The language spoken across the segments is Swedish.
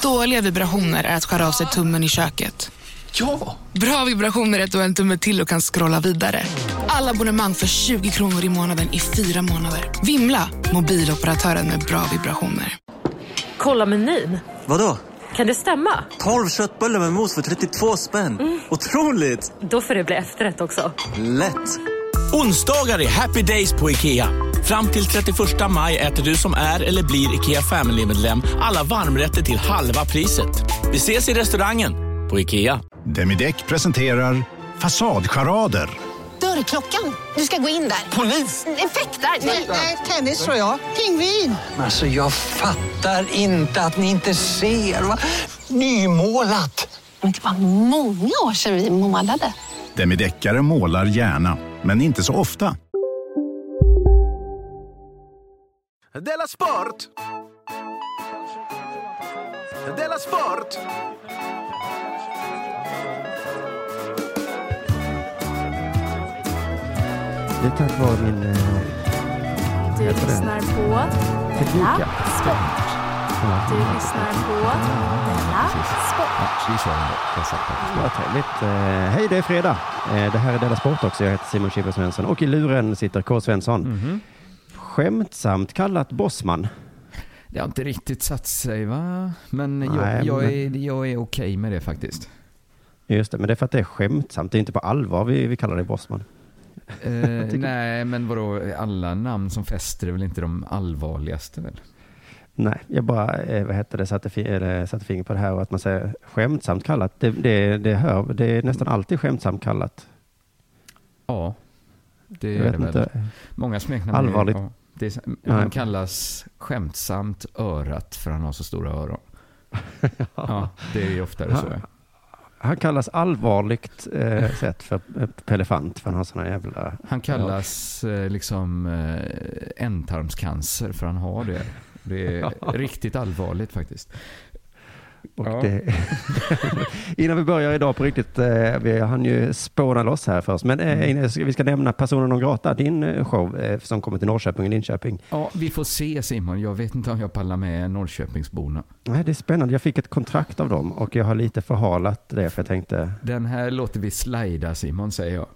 Dåliga vibrationer är att skära av sig tummen i köket. Ja! Bra vibrationer är att du har en tumme till och kan scrolla vidare. Alla abonnemang för 20 kronor i månaden i 4 månader. Vimla, mobiloperatören med bra vibrationer. Kolla menyn. Vadå? Kan det stämma? 12 köttbullar med mos för 32 spänn. Otroligt! Då får det bli efterrätt också. Lätt! Onsdagar är happy days på IKEA. Fram till 31 maj äter du som är eller blir IKEA Family-medlem alla varmrätter till halva priset. Vi ses i restaurangen på IKEA. Demideck presenterar Fasadcharader. Dörrklockan. Du ska gå in där. Polis! Effektar? Nej, tennis tror jag. Pingvin. Alltså jag fattar inte att ni inte ser. Va? Nymålat. Men det var många år sedan vi målade. Demideckare målar gärna, men inte så ofta. Della Sport! Della Sport! Det är tack vare min... Du lyssnar på Della Sport. Du lyssnar på Della Sport. Ja, trevligt. Hej, det är fredag. Det här är Della Sport också. Jag heter Simon Schipper Svensson. Och i luren sitter K. Svensson. Skämtsamt kallat bossman. Det har inte riktigt satt sig, va? Men Nej, jag är okej med det faktiskt. Just det, men det är för att det är skämtsamt. Det är inte på allvar vi kallar det bossman. Nej, men vadå? Alla namn som fäster är väl inte de allvarligaste, väl? Nej, jag bara satte finger på det här och att man säger skämtsamt kallat. Det är nästan alltid skämtsamt kallat. Ja, det är det väl. Inte. Många smeknamn. Allvarligt. Han kallas skämtsamt örat för han har så stora öron. Ja, det är ju oftare så. Han kallas allvarligt sett för elefant för han har såna jävla... Han kallas ändtarmscancer för han har det. Det är riktigt allvarligt faktiskt. Och innan vi börjar idag på riktigt, vi hann ju spåna loss här först. Men vi ska nämna Personen non grata, din show som kommer till Norrköping och Linköping. Ja, vi får se Simon. Jag vet inte om jag pallar med Norrköpingsborna. Nej, det är spännande. Jag fick ett kontrakt av dem och jag har lite förhalat det för jag tänkte... Den här låter vi slida Simon, säger jag.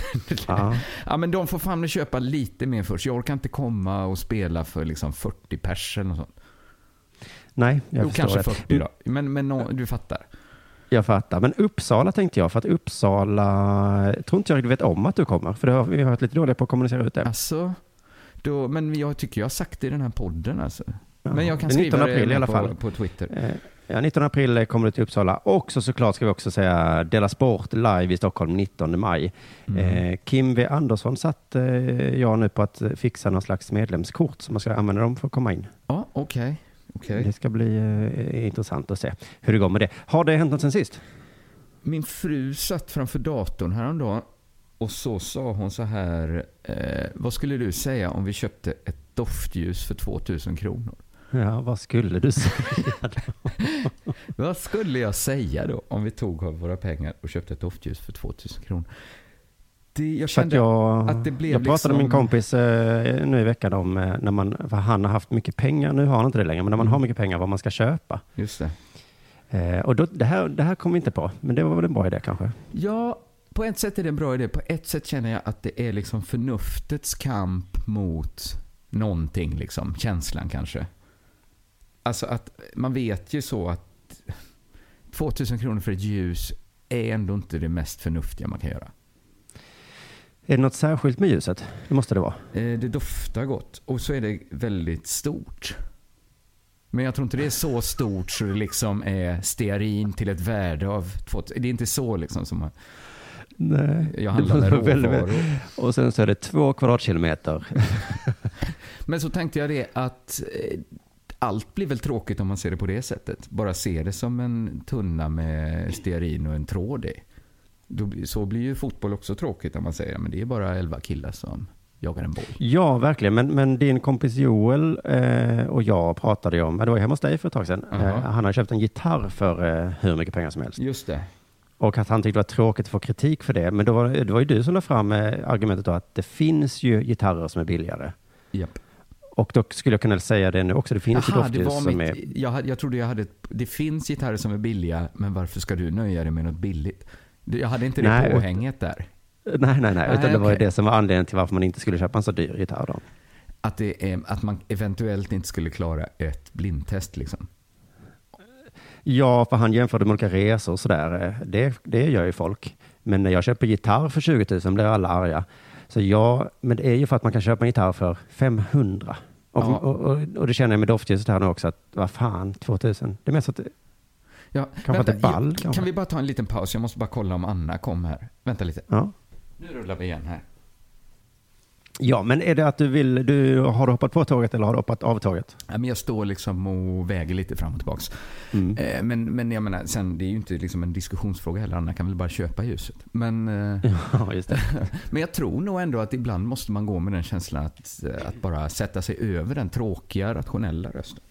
Ja, men de får fan köpa lite mer först. Jag orkar inte komma och spela för liksom 40 pers eller något sånt. Nej, jag förstår kanske det. 40 då. Men du fattar. Jag fattar. Men Uppsala tänkte jag, för att Uppsala tror inte jag riktigt vet om att du kommer. För vi har varit lite dåliga på att kommunicera ut det. Alltså, men jag tycker jag har sagt det i den här podden alltså. Ja, men jag kan skriva 19 april det i alla fall på Twitter. 19 april kommer du till Uppsala. Och såklart ska vi också säga Della Sport live i Stockholm 19 maj. Kim V. Andersson satt jag nu på att fixa någon slags medlemskort som man ska använda dem för att komma in. Ja, okej. Det ska bli intressant att se hur det går med det. Har det hänt något sen sist? Min fru satt framför datorn häromdagen och så sa hon så här, vad skulle du säga om vi köpte ett doftljus för 2000 kronor? Ja, vad skulle du säga då? Vad skulle jag säga då om vi tog av våra pengar och köpte ett doftljus för 2000 kronor? Jag kände att det blev jag pratade med min kompis nu i veckan om när han har haft mycket pengar, nu har han inte det längre, men när man har mycket pengar vad man ska köpa. Just det. Och då, det här kom vi inte på, men det var väl en bra idé kanske? Ja, på ett sätt är det en bra idé. På ett sätt känner jag att det är liksom förnuftets kamp mot någonting, liksom, känslan kanske. Alltså att man vet ju så att 2000 kronor för ett ljus är ändå inte det mest förnuftiga man kan göra. Är det något särskilt med ljuset? Det måste det vara. Det doftar gott. Och så är det väldigt stort. Men jag tror inte det är så stort så det liksom är stearin till ett värde av 2000. Det är inte så liksom som man... Nej. Jag handlar med råvaror. Och sen så är det 2 kvadratkilometer. Men så tänkte jag det att allt blir väl tråkigt om man ser det på det sättet. Bara se det som en tunna med stearin och en tråd i. Så blir ju fotboll också tråkigt om man säger men det är bara 11 killar som jagar en boll. Ja, verkligen. Men din kompis Joel och jag pratade ju om, det var hemma hos dig för ett tag sedan. Han har köpt en gitarr för hur mycket pengar som helst. Just det. Och att han tyckte det var tråkigt att få kritik för det. Men det var ju du som lade fram argumentet då att det finns ju gitarrer som är billigare. Japp. Och då skulle jag kunna säga det nu också. Det finns ju doftljus som är... Jag trodde det finns gitarrer som är billiga, men varför ska du nöja dig med något billigt? Jag hade inte det påhänget där. Nej. Utan det var ju det som var anledningen till varför man inte skulle köpa en så dyr gitarr då. Att man eventuellt inte skulle klara ett blindtest liksom. Ja, för han jämförde med olika resor och sådär. Det gör ju folk. Men när jag köper gitarr för 20 000 blir alla arga. Men det är ju för att man kan köpa en gitarr för 500. Och det känner jag med doftljuset här nu också, att vad fan, 2000. Det är mest att det... Ja, kanske inte ball. Kan vi bara ta en liten paus? Jag måste bara kolla om Anna kom här. Vänta lite. Ja. Nu rullar vi igen här. Ja, men är det att har du hoppat på tåget eller har du hoppat av tåget? Ja, men jag står liksom och väger lite fram och tillbaks. Men jag menar, sen det är ju inte liksom en diskussionsfråga heller. Anna kan väl bara köpa ljuset. Men, ja, just det. Men jag tror nog ändå att ibland måste man gå med den känslan att bara sätta sig över den tråkiga, rationella rösten.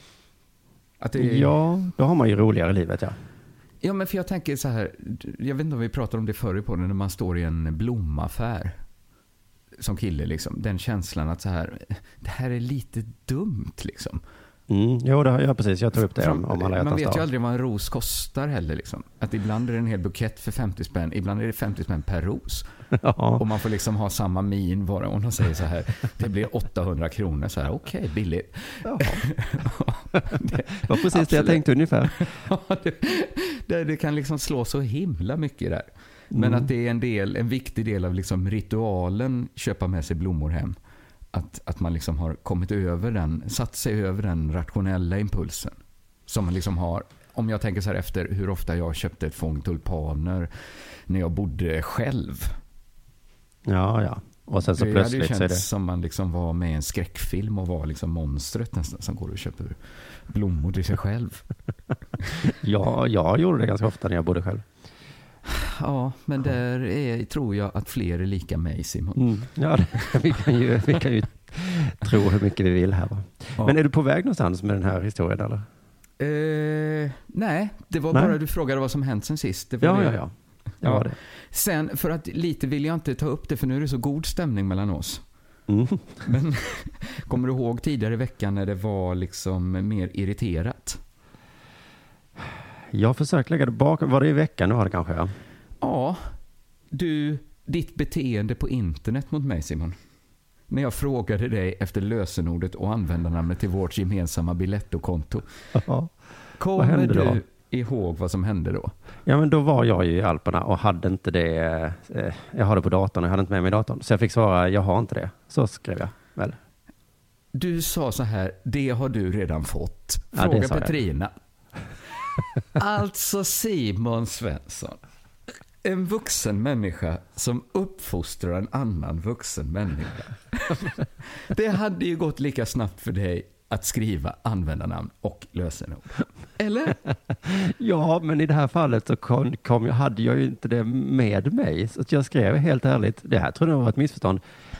Ja, då har man ju roligare i livet, ja. Ja, men för jag tänker så här, jag vet inte om vi pratade om det förr på den, när man står i en blomaffär som kille liksom, den känslan att så här, det här är lite dumt liksom. Jo, precis, jag tog upp det om alla. Man vet ju aldrig vad en ros kostar heller liksom. Att ibland är det en hel bukett för 50 spänn, ibland är det 50 spänn per ros. Ja. Och man får liksom ha samma min bara, och de säger så här, det blir 800 kronor så här, okej, billigt. Ja. Det var precis det jag tänkte ungefär. Det kan liksom slå så himla mycket där. Men att det är en viktig del av liksom ritualen köpa med sig blommor hem. Att man liksom har kommit över satt sig över den rationella impulsen som man liksom har. Om jag tänker så här efter hur ofta jag köpte ett fång tulpaner när jag bodde själv. Ja. Och sen så plötsligt det så är det som man liksom var med i en skräckfilm och var liksom monstret nästan som går och köper blommor till sig själv. Ja, jag gjorde det ganska ofta när jag bodde själv. Ja, men där tror jag att fler är lika mig, Simon. Ja, vi kan ju tro hur mycket vi vill här. Ja. Men är du på väg någonstans med den här historien, eller? Nej, det var bara du frågade vad som hänt sen sist. Det var ja. Det. Sen, för att lite vill jag inte ta upp det, för nu är det så god stämning mellan oss. Men kommer du ihåg tidigare i veckan när det var liksom mer irriterat? Jag försöker lägga det bakom. Var det i veckan nu, var det kanske? Ja. Ditt beteende på internet mot mig, Simon. När jag frågade dig efter lösenordet och användarnamnet till vårt gemensamma Biletto-konto. Kommer du ihåg vad som hände då? Ja, men då var jag ju i Alperna och hade inte det. Jag har det på datorn och jag hade inte med mig datorn. Så jag fick svara, jag har inte det. Så skrev jag väl. Du sa så här, det har du redan fått. Fråga Petrina. Alltså Simon Svensson, en vuxen människa som uppfostrar en annan vuxen människa. Det hade ju gått lika snabbt för dig att skriva användarnamn och lösenord. Eller? Ja, men i det här fallet så hade jag ju inte det med mig. Så jag skrev helt ärligt, det här tror jag var ett missförstånd.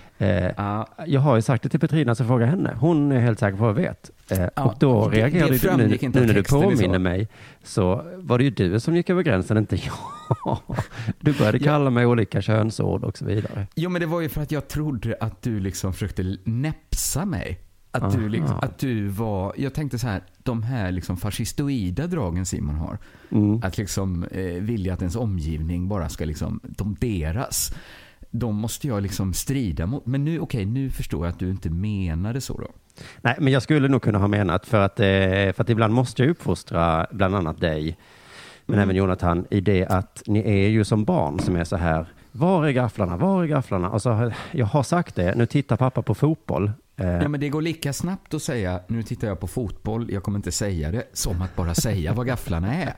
Jag har ju sagt det till Petrina, så fråga henne. Hon är helt säker på vad jag vet. Och då reagerade du nu när du påminner mig. Så var det ju du som gick över gränsen, inte jag. Du började kalla mig olika könsord och så vidare. Jo, men det var ju för att jag trodde att du liksom försökte näpsa mig. Att du var, jag tänkte så här, de här liksom fascistoida dragen Simon har. Att liksom vilja att ens omgivning bara ska liksom domderas. De måste jag liksom strida mot. Men nu förstår jag att du inte menade så då. Nej, men jag skulle nog kunna ha menat för att ibland måste jag uppfostra bland annat dig, men även Jonathan, i det att ni är ju som barn som är så här, var är gafflarna? Och så jag har sagt det, nu tittar pappa på fotboll. Ja, men det går lika snabbt att säga, nu tittar jag på fotboll, jag kommer inte säga det, som att bara säga vad gafflarna är.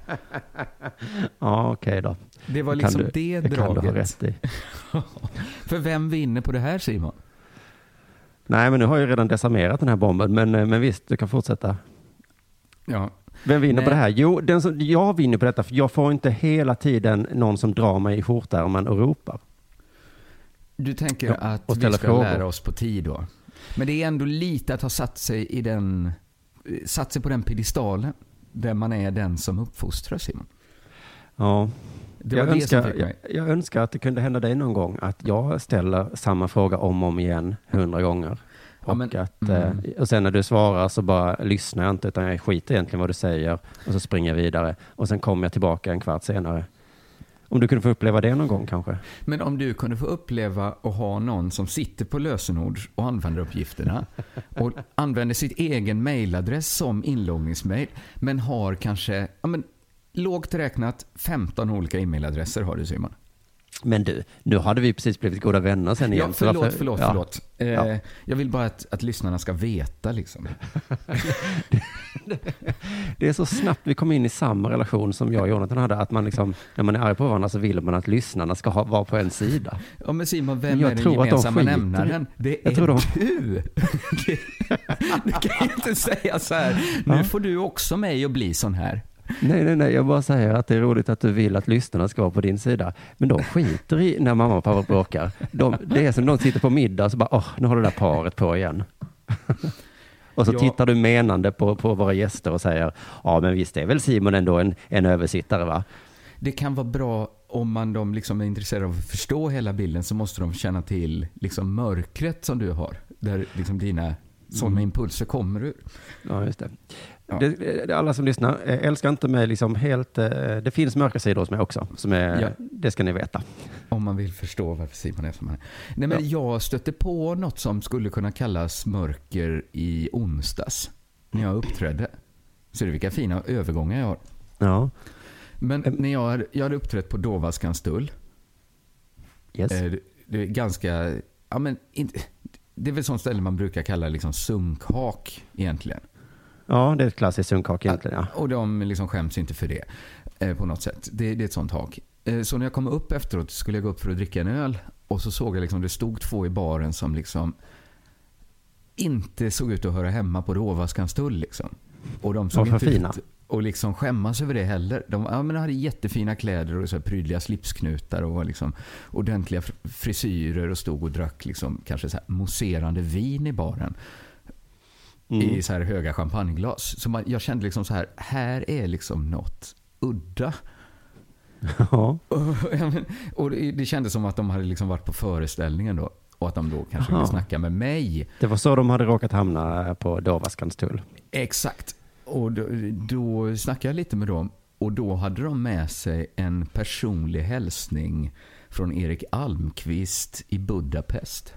Ja, okej då. Det var liksom det draget. Kan du ha rätt i. För vem vinner på det här, Simon? Nej, men nu har jag redan desarmerat den här bomben, men visst, du kan fortsätta. Ja. Vem vinner på det här? Jo, jag vinner på detta, för jag får inte hela tiden någon som drar mig i skjortärmen och ropar. Du tänker att vi ska lära oss på tid då? Men det är ändå lite att ha satt sig på den pedestalen där man är den som uppfostrar, Simon. Ja. Jag önskar att det kunde hända dig någon gång att jag ställer samma fråga om och igen 100 gånger. Och sen när du svarar så bara lyssnar jag inte, utan jag skiter egentligen vad du säger och så springer jag vidare. Och sen kommer jag tillbaka en kvart senare. Om du kunde få uppleva det någon gång kanske. Men om du kunde få uppleva att ha någon som sitter på lösenord och använder uppgifterna och använder sitt egen mailadress som inloggningsmail, men har kanske, lågt räknat 15 olika e-mailadresser har du, Simon. Men du, nu hade vi precis blivit goda vänner sen igen. Ja, förlåt. Jag vill bara att lyssnarna ska veta liksom. Det är så snabbt vi kom in i samma relation som jag och Jonathan hade, att man liksom, när man är arg på varandra så vill man att lyssnarna ska vara på en sida. Ja, men Simon, vem är den gemensamma nämnaren? Det är du! Du kan ju inte säga så här, nu får du också mig att bli sån här. Nej, jag bara säger att det är roligt att du vill att lyssnarna ska vara på din sida. Men de skiter i när mamma och pappa bråkar. Det är som de sitter på middag och så bara, nu har det där paret på igen. Och så tittar du menande på våra gäster och säger, ja men visst är väl Simon ändå en översittare, va? Det kan vara bra om de liksom är intresserade av att förstå hela bilden, så måste de känna till liksom mörkret som du har. Där liksom dina sådana impulser kommer ur. Ja, just det. Ja. Det alla som lyssnar, älskar inte mig liksom helt. Det finns mörka sidor hos mig också. Det ska ni veta. Om man vill förstå varför Simon är som han är. Nej, men jag stötte på något som skulle kunna kallas mörker i onsdags. När jag uppträdde. Så det är vilka fina övergångar jag har. Ja. Men när jag hade uppträtt på Dåvaskans Tull. Yes. Det är ganska... Ja, men det är väl sånt ställe man brukar kalla liksom sunkhak egentligen. Ja, det är ett klassiskt sunkhak egentligen. Ja. Och de liksom skäms inte för det på något sätt. Det är ett sånt hak. Så när jag kom upp efteråt skulle jag gå upp för att dricka en öl. Och så såg jag liksom, det stod 2 i baren som liksom inte såg ut att höra hemma på Dåvaskans Tull liksom. Och de såg inte fina. Ut och liksom skämmas över det heller. De hade jättefina kläder och så här prydliga slipsknutar och liksom ordentliga frisyrer och stod och drack liksom kanske så här mousserande vin i baren. I så här höga champagneglas. Så jag kände liksom så här är liksom något udda. Ja. Och det kändes som att de hade liksom varit på föreställningen då. Och att de då kanske ville snacka med mig. Det var så de hade råkat hamna på Dåvaskans Tull. Exakt. Och då snackade jag lite med dem. Och då hade de med sig en personlig hälsning från Erik Almqvist i Budapest.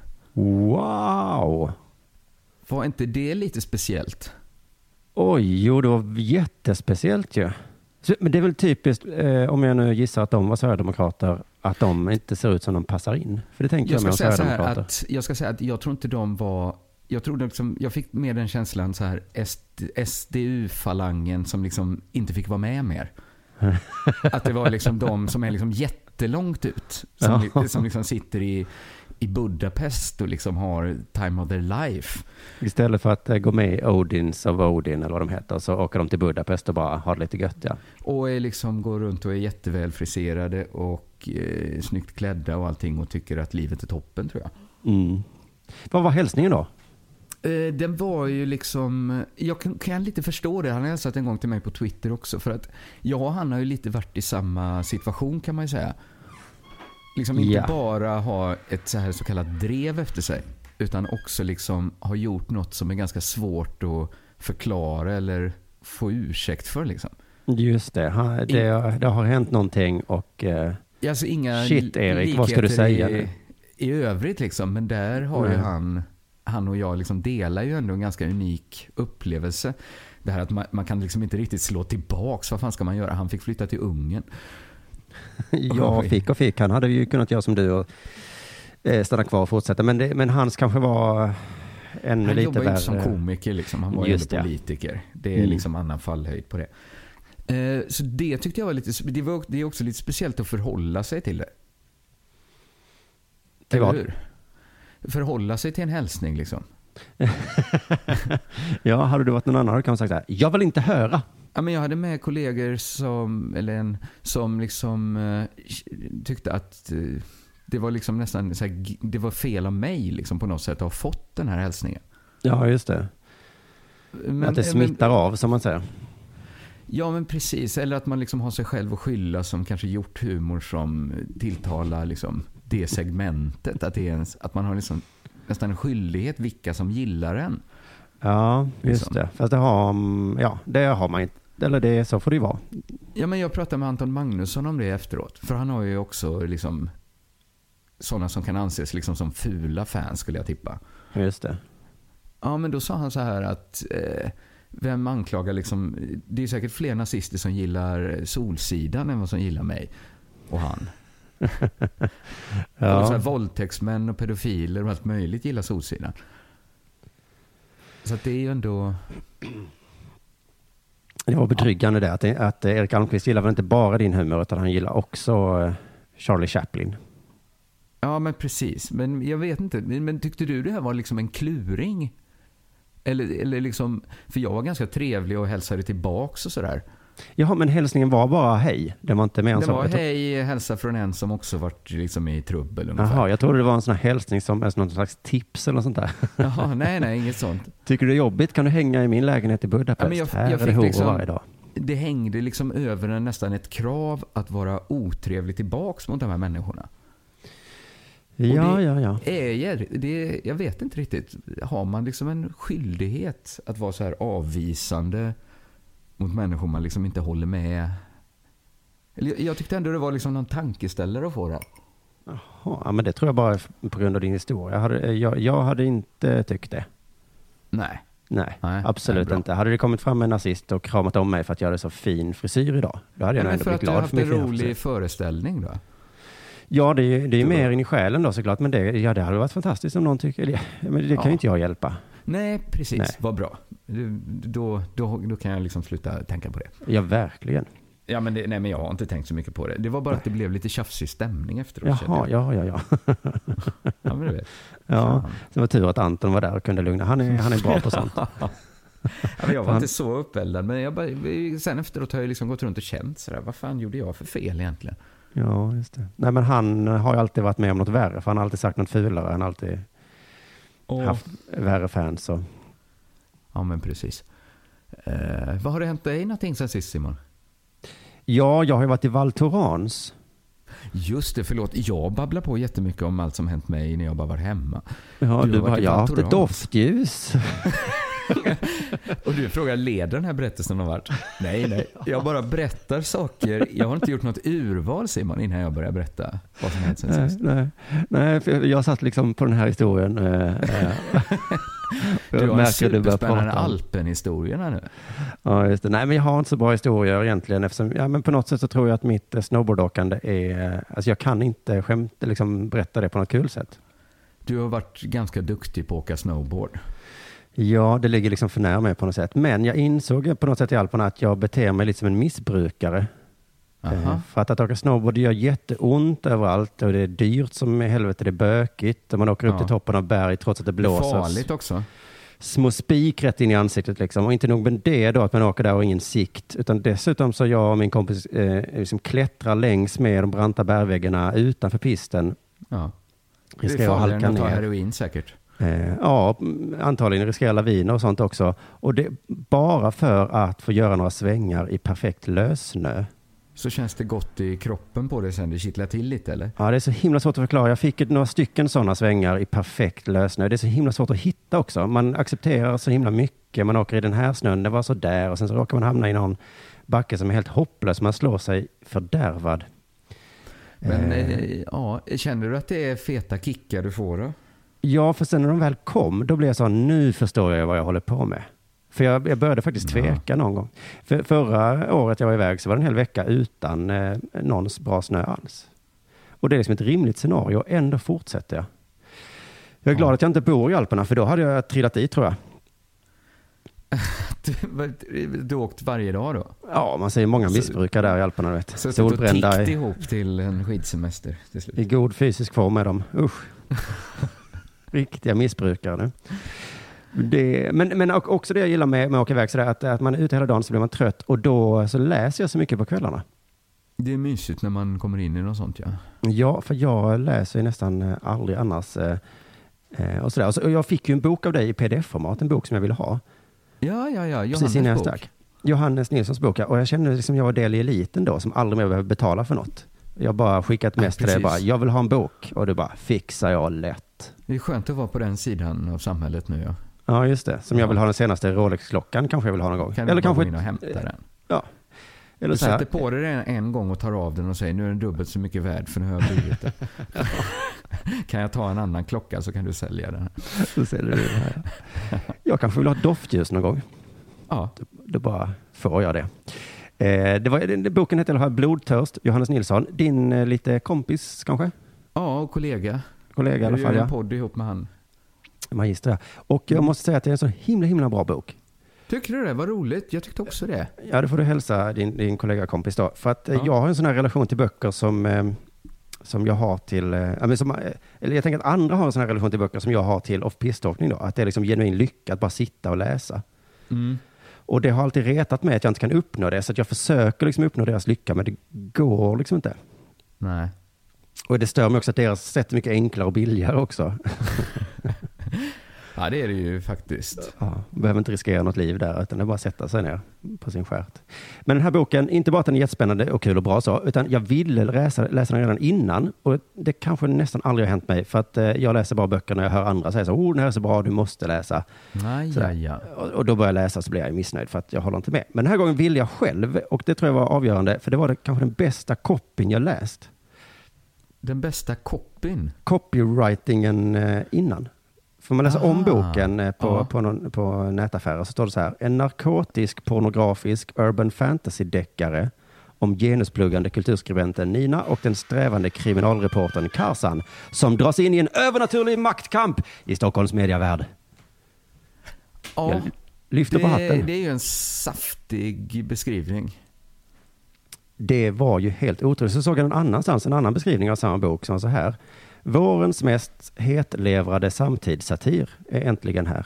Wow! Var inte det lite speciellt? Oj, jo, det var jättespeciellt ju. Men det är väl typiskt, om jag nu gissar att de var sverigedemokrater, att de inte ser ut som de passar in. För det tänker jag med sverigedemokrater. Jag ska säga att jag tror inte de var... Jag fick med den känslan så här SDU-falangen som liksom inte fick vara med mer. Att det var liksom de som är liksom jättelångt ut. Som liksom sitter i Budapest och liksom har time of their life. Istället för att gå med i Odins of Odin eller vad de heter, så åker de till Budapest och bara har det lite gött, ja. Och är liksom går runt och är jätteväl friserade och snyggt klädda och allting och tycker att livet är toppen, tror jag. Mm. Vad var hälsningen då? Den var ju liksom... Jag kan lite förstå det. Han har hälsat en gång till mig på Twitter också. För att han har ju lite varit i samma situation, kan man ju säga. Liksom inte bara ha ett så kallat drev efter sig, utan också liksom ha gjort något som är ganska svårt att förklara eller få ursäkt för liksom. Just det. Det har hänt någonting och alltså inga shit, Erik, vad ska du säga i övrigt liksom, men där har ju han och jag liksom delar ju ändå en ganska unik upplevelse. Det här att man kan liksom inte riktigt slå tillbaks. Vad fan ska man göra? Han fick flytta till Ungern. Ja, fick. Han hade ju kunnat göra som du och stanna kvar och fortsätta. Men hans kanske var ännu lite värre. Han jobbar inte som komiker liksom. Han var ju politiker. Det är liksom annan fallhöjd på det. Så det tyckte jag var lite... Det är också lite speciellt att förhålla sig till det. Till vad? Förhålla sig till en hälsning liksom. Ja, hade du varit någon annan hade du kanske sagt så här: jag vill inte höra. Ja, men jag hade med kollegor som liksom tyckte att det var liksom nästan så här, det var fel av mig liksom på något sätt att ha fått den här hälsningen. Ja, just det. Att det smittar av, som man säger. Ja, men precis. Eller att man liksom har sig själv att skylla som kanske gjort humor som tilltalar liksom det segmentet. Att man har liksom nästan en skyldighet vilka som gillar en. Ja, just det. Fast det har man inte. Eller det, så får det ju vara. Ja, men jag pratade med Anton Magnusson om det efteråt. För han har ju också liksom sådana som kan anses liksom som fula fans, skulle jag tippa. Just det. Ja, men då sa han så här att vem anklagar liksom, det är säkert fler nazister som gillar Solsidan än vad som gillar mig och han. Ja. Och så här, våldtäktsmän och pedofiler och allt möjligt gillar Solsidan. Så att det är ju ändå... Det var betryggande det att Erik Almqvist gillar väl inte bara din humor, utan han gillar också Charlie Chaplin. Ja, men precis. Men jag vet inte. Men tyckte du det här var liksom en kluring? Eller liksom... För jag var ganska trevlig och hälsade tillbaks och sådär. Ja, men hälsningen var bara hej. Det var inte mer än så. Det var hej, hälsa från en som också varit liksom i trubbel ungefär. Jaha, jag trodde det var en sån här hälsning som är någon slags tips eller något sånt där. Jaha, nej, inget sånt. Tycker du det är jobbigt? Kan du hänga i min lägenhet i Budapest? Ja, men jag fick liksom, varje dag. Det hängde liksom över nästan ett krav att vara otrevlig tillbaks mot de här människorna. Ja. Jag vet inte riktigt. Har man liksom en skyldighet att vara så här avvisande mot människor man liksom inte håller med? Eller jag tyckte ändå det var liksom någon tankeställare att få det. Jaha, men det tror jag bara är på grund av din historia. Jag hade inte tyckt det. Nej, absolut inte. Hade det kommit fram en nazist och kramat om mig för att jag hade så fin frisyr idag, då hade jag nog ändå blivit glad för min en rolig föreställning då. Ja, det är mer in i själen då såklart, men det hade varit fantastiskt om någon tycker det. Men det kan ju inte jag hjälpa. Nej, precis. Vad bra. Då kan jag liksom sluta tänka på det. Ja, verkligen. Ja, men jag har inte tänkt så mycket på det. Det var bara att det blev lite tjafsig stämning efteråt. Jaha, ja. Ja, men du vet. Ja, det var tur att Anton var där och kunde lugna. Han är bra på sånt. Ja, men jag var inte så uppeldad, men sen efteråt har jag liksom gått runt och känt sådär, vad fan gjorde jag för fel egentligen? Ja, just det. Nej, men han har ju alltid varit med om något värre, för han har alltid sagt något fulare. Han har alltid haft värre fans. Så. Ja, men precis. Vad har det hänt dig någonting sen sist, Simon? Ja, jag har ju varit i Val Thorens. Just det, förlåt. Jag babblar på jättemycket om allt som hänt mig när jag bara var hemma. Ja, du har haft ett doftljus. Och du frågar, leder den här berättelsen har varit? Nej. Jag bara berättar saker. Jag har inte gjort något urval, Simon, innan jag börjar berätta vad som hänt sen sist. Nej, för jag satt liksom på den här historien. Du har en superspännande Alpen-historierna nu. Ja, just det. Nej, men jag har inte så bra historier egentligen. Eftersom, men på något sätt så tror jag att mitt snowboardåkande är... Alltså jag kan inte berätta det på något kul sätt. Du har varit ganska duktig på att åka snowboard. Ja, det ligger liksom för nära mig på något sätt. Men jag insåg på något sätt i Alperna att jag beter mig lite som en missbrukare. För att åka snowboard gör jätteont överallt och det är dyrt som i helvete, det är bökigt och man åker upp till toppen av berg trots att det blåser. Det är farligt också. Små spik rätt in i ansiktet liksom. Och inte nog med det då att man åker där och ingen sikt, utan dessutom så jag och min kompis liksom klättrar längs med de branta bergväggarna utanför pisten. Ja. Det är farligare än att ta heroin säkert. Ja, antagligen riskerar laviner och sånt också. Och det bara för att få göra några svängar i perfekt lössnö. Så känns det gott i kroppen på det sen, det kittlar till lite eller? Ja, det är så himla svårt att förklara. Jag fick några stycken sådana svängar i perfekt lössnö. Det är så himla svårt att hitta också. Man accepterar så himla mycket. Man åker i den här snön, det var så där. Och sen så råkar man hamna i någon backe som är helt hopplös. Man slår sig fördärvad. Men känner du att det är feta kickar du får då? Ja, för sen när de väl kom, då blev jag så, nu förstår jag vad jag håller på med. För jag började faktiskt tveka någon gång. För förra året jag var iväg så var det en hel vecka utan någon bra snö alls. Och det är liksom ett rimligt scenario, ändå fortsätter jag. Jag är glad att jag inte bor i Alperna, för då hade jag trillat i, tror jag. Du åkt varje dag då? Ja, man ser många missbrukare där i Alperna, vet. Så solbrända tickte ihop till en skidsemester till slut. I god fysisk form med dem. Usch. Riktiga missbrukare nu. Men också det jag gillar med att åka iväg sådär, att man är ute hela dagen så blir man trött och då så läser jag så mycket på kvällarna. Det är mysigt när man kommer in i något sånt, ja. Ja, för jag läser ju nästan aldrig annars och sådär. Och jag fick ju en bok av dig i pdf-format, en bok som jag ville ha. Ja, Johannes bok. Johannes Nilssons bok, och jag kände liksom jag var del i eliten då som aldrig mer behöver betala för något. Jag bara skickat mest till dig, bara, jag vill ha en bok, och du bara, fixar jag lätt. Det är skönt att vara på den sidan av samhället nu. Ja, just det. Som jag vill ha den senaste Rolex-klockan kanske jag vill ha någon gång. Kan eller kanske gå in och hämta den. Ja. Eller du så här. sätter på dig den en gång och tar av den och säger nu är den dubbelt så mycket värd för nu har jag blivit det. Kan jag ta en annan klocka så kan du sälja den. Så säljer du den här. Jag kanske vill ha ett doftljus någon gång. Ja. Då bara får jag det. Boken heter Blodtörst, Johannes Nilsson. Din lite kompis kanske? Ja, och kollega. Kollega i alla fall, jag gör en podd ihop med han. Magister, ja. Och jag måste säga att det är en så himla bra bok. Tycker du det? Vad roligt. Jag tyckte också det. Ja, det får du hälsa din kollega och kompis då. För att jag har en sån här relation till böcker som jag har till... eller jag tänker att andra har en sån här relation till böcker som jag har till off-pistolkning då. Att det är liksom genuin lycka att bara sitta och läsa. Mm. Och det har alltid retat mig att jag inte kan uppnå det. Så att jag försöker liksom uppnå deras lycka, men det går liksom inte. Nej. Och det stör mig också att deras sätt är mycket enklare och billigare också. Ja, det är det ju faktiskt. Ja, behöver inte riskera något liv där, utan det är bara att sätta sig ner på sin skärt. Men den här boken, inte bara att den är jättespännande och kul och bra så, utan jag ville läsa den redan innan. Och det kanske nästan aldrig har hänt mig, för att jag läser bara böcker när jag hör andra säga så, den här är så bra, du måste läsa. Ja. Och då börjar jag läsa så blir jag missnöjd för att jag håller inte med. Men den här gången ville jag själv, och det tror jag var avgörande, för det var kanske den bästa copyn jag läst. Den bästa copyn? Copywritingen innan. Får man läsa om boken på nätaffärer så står det så här: en narkotisk, pornografisk, urban fantasy-deckare om genuspluggande kulturskribenten Nina och den strävande kriminalreportern Karsan som dras in i en övernaturlig maktkamp i Stockholms mediavärld. Ja, jag lyfter på hatten. Det är ju en saftig beskrivning. Det var ju helt otroligt. Så såg jag en annan beskrivning av samma bok som var så här: vårens mest hetlevrade samtidssatir är äntligen här.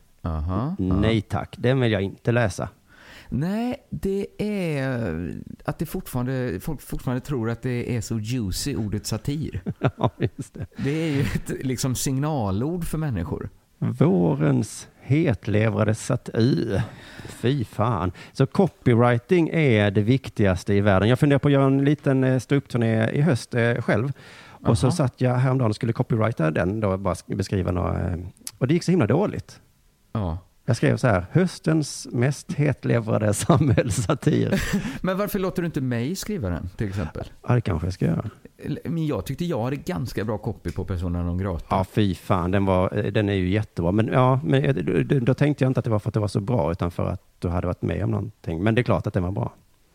Nej tack, den vill jag inte läsa. Nej, det är att folk fortfarande tror att det är så juicy ordet satir. Ja, just det. Det är ju ett liksom signalord för människor. Vårens hetlevrade satir. Fy fan. Så copywriting är det viktigaste i världen. Jag funderar på att göra en liten ståuppturné i höst själv. Och så satt jag häromdagen och skulle copywrita den då, bara beskriva några, och det gick så himla dåligt. Ja. Jag skrev så här: höstens mest hetlevrade samhällssatir. Men varför låter du inte mig skriva den till exempel? Ja, det kanske jag ska göra. Men jag tyckte jag hade ganska bra copy på Persona non grata. Ja, fy fan, den är ju jättebra. Men då tänkte jag inte att det var för att det var så bra, utan för att du hade varit med om någonting. Men det är klart att den var bra.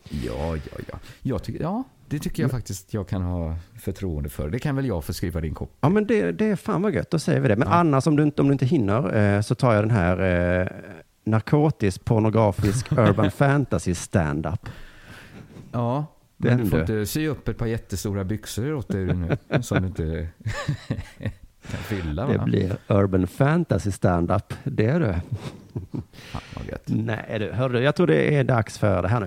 Ja. Det tycker jag faktiskt jag kan ha förtroende för. Det kan väl jag få skriva din copy. Ja, men det är fan vad gött, då säger vi det. Men annars om du inte hinner så tar jag den här narkotisk, pornografisk, urban fantasy stand-up. Ja, men du får inte sy upp ett par jättestora byxor åt dig nu som du inte kan fylla. Det blir urban fantasy stand-up. Det är det. Fan vad gött. Nej du, hörru, jag tror det är dags för det här nu.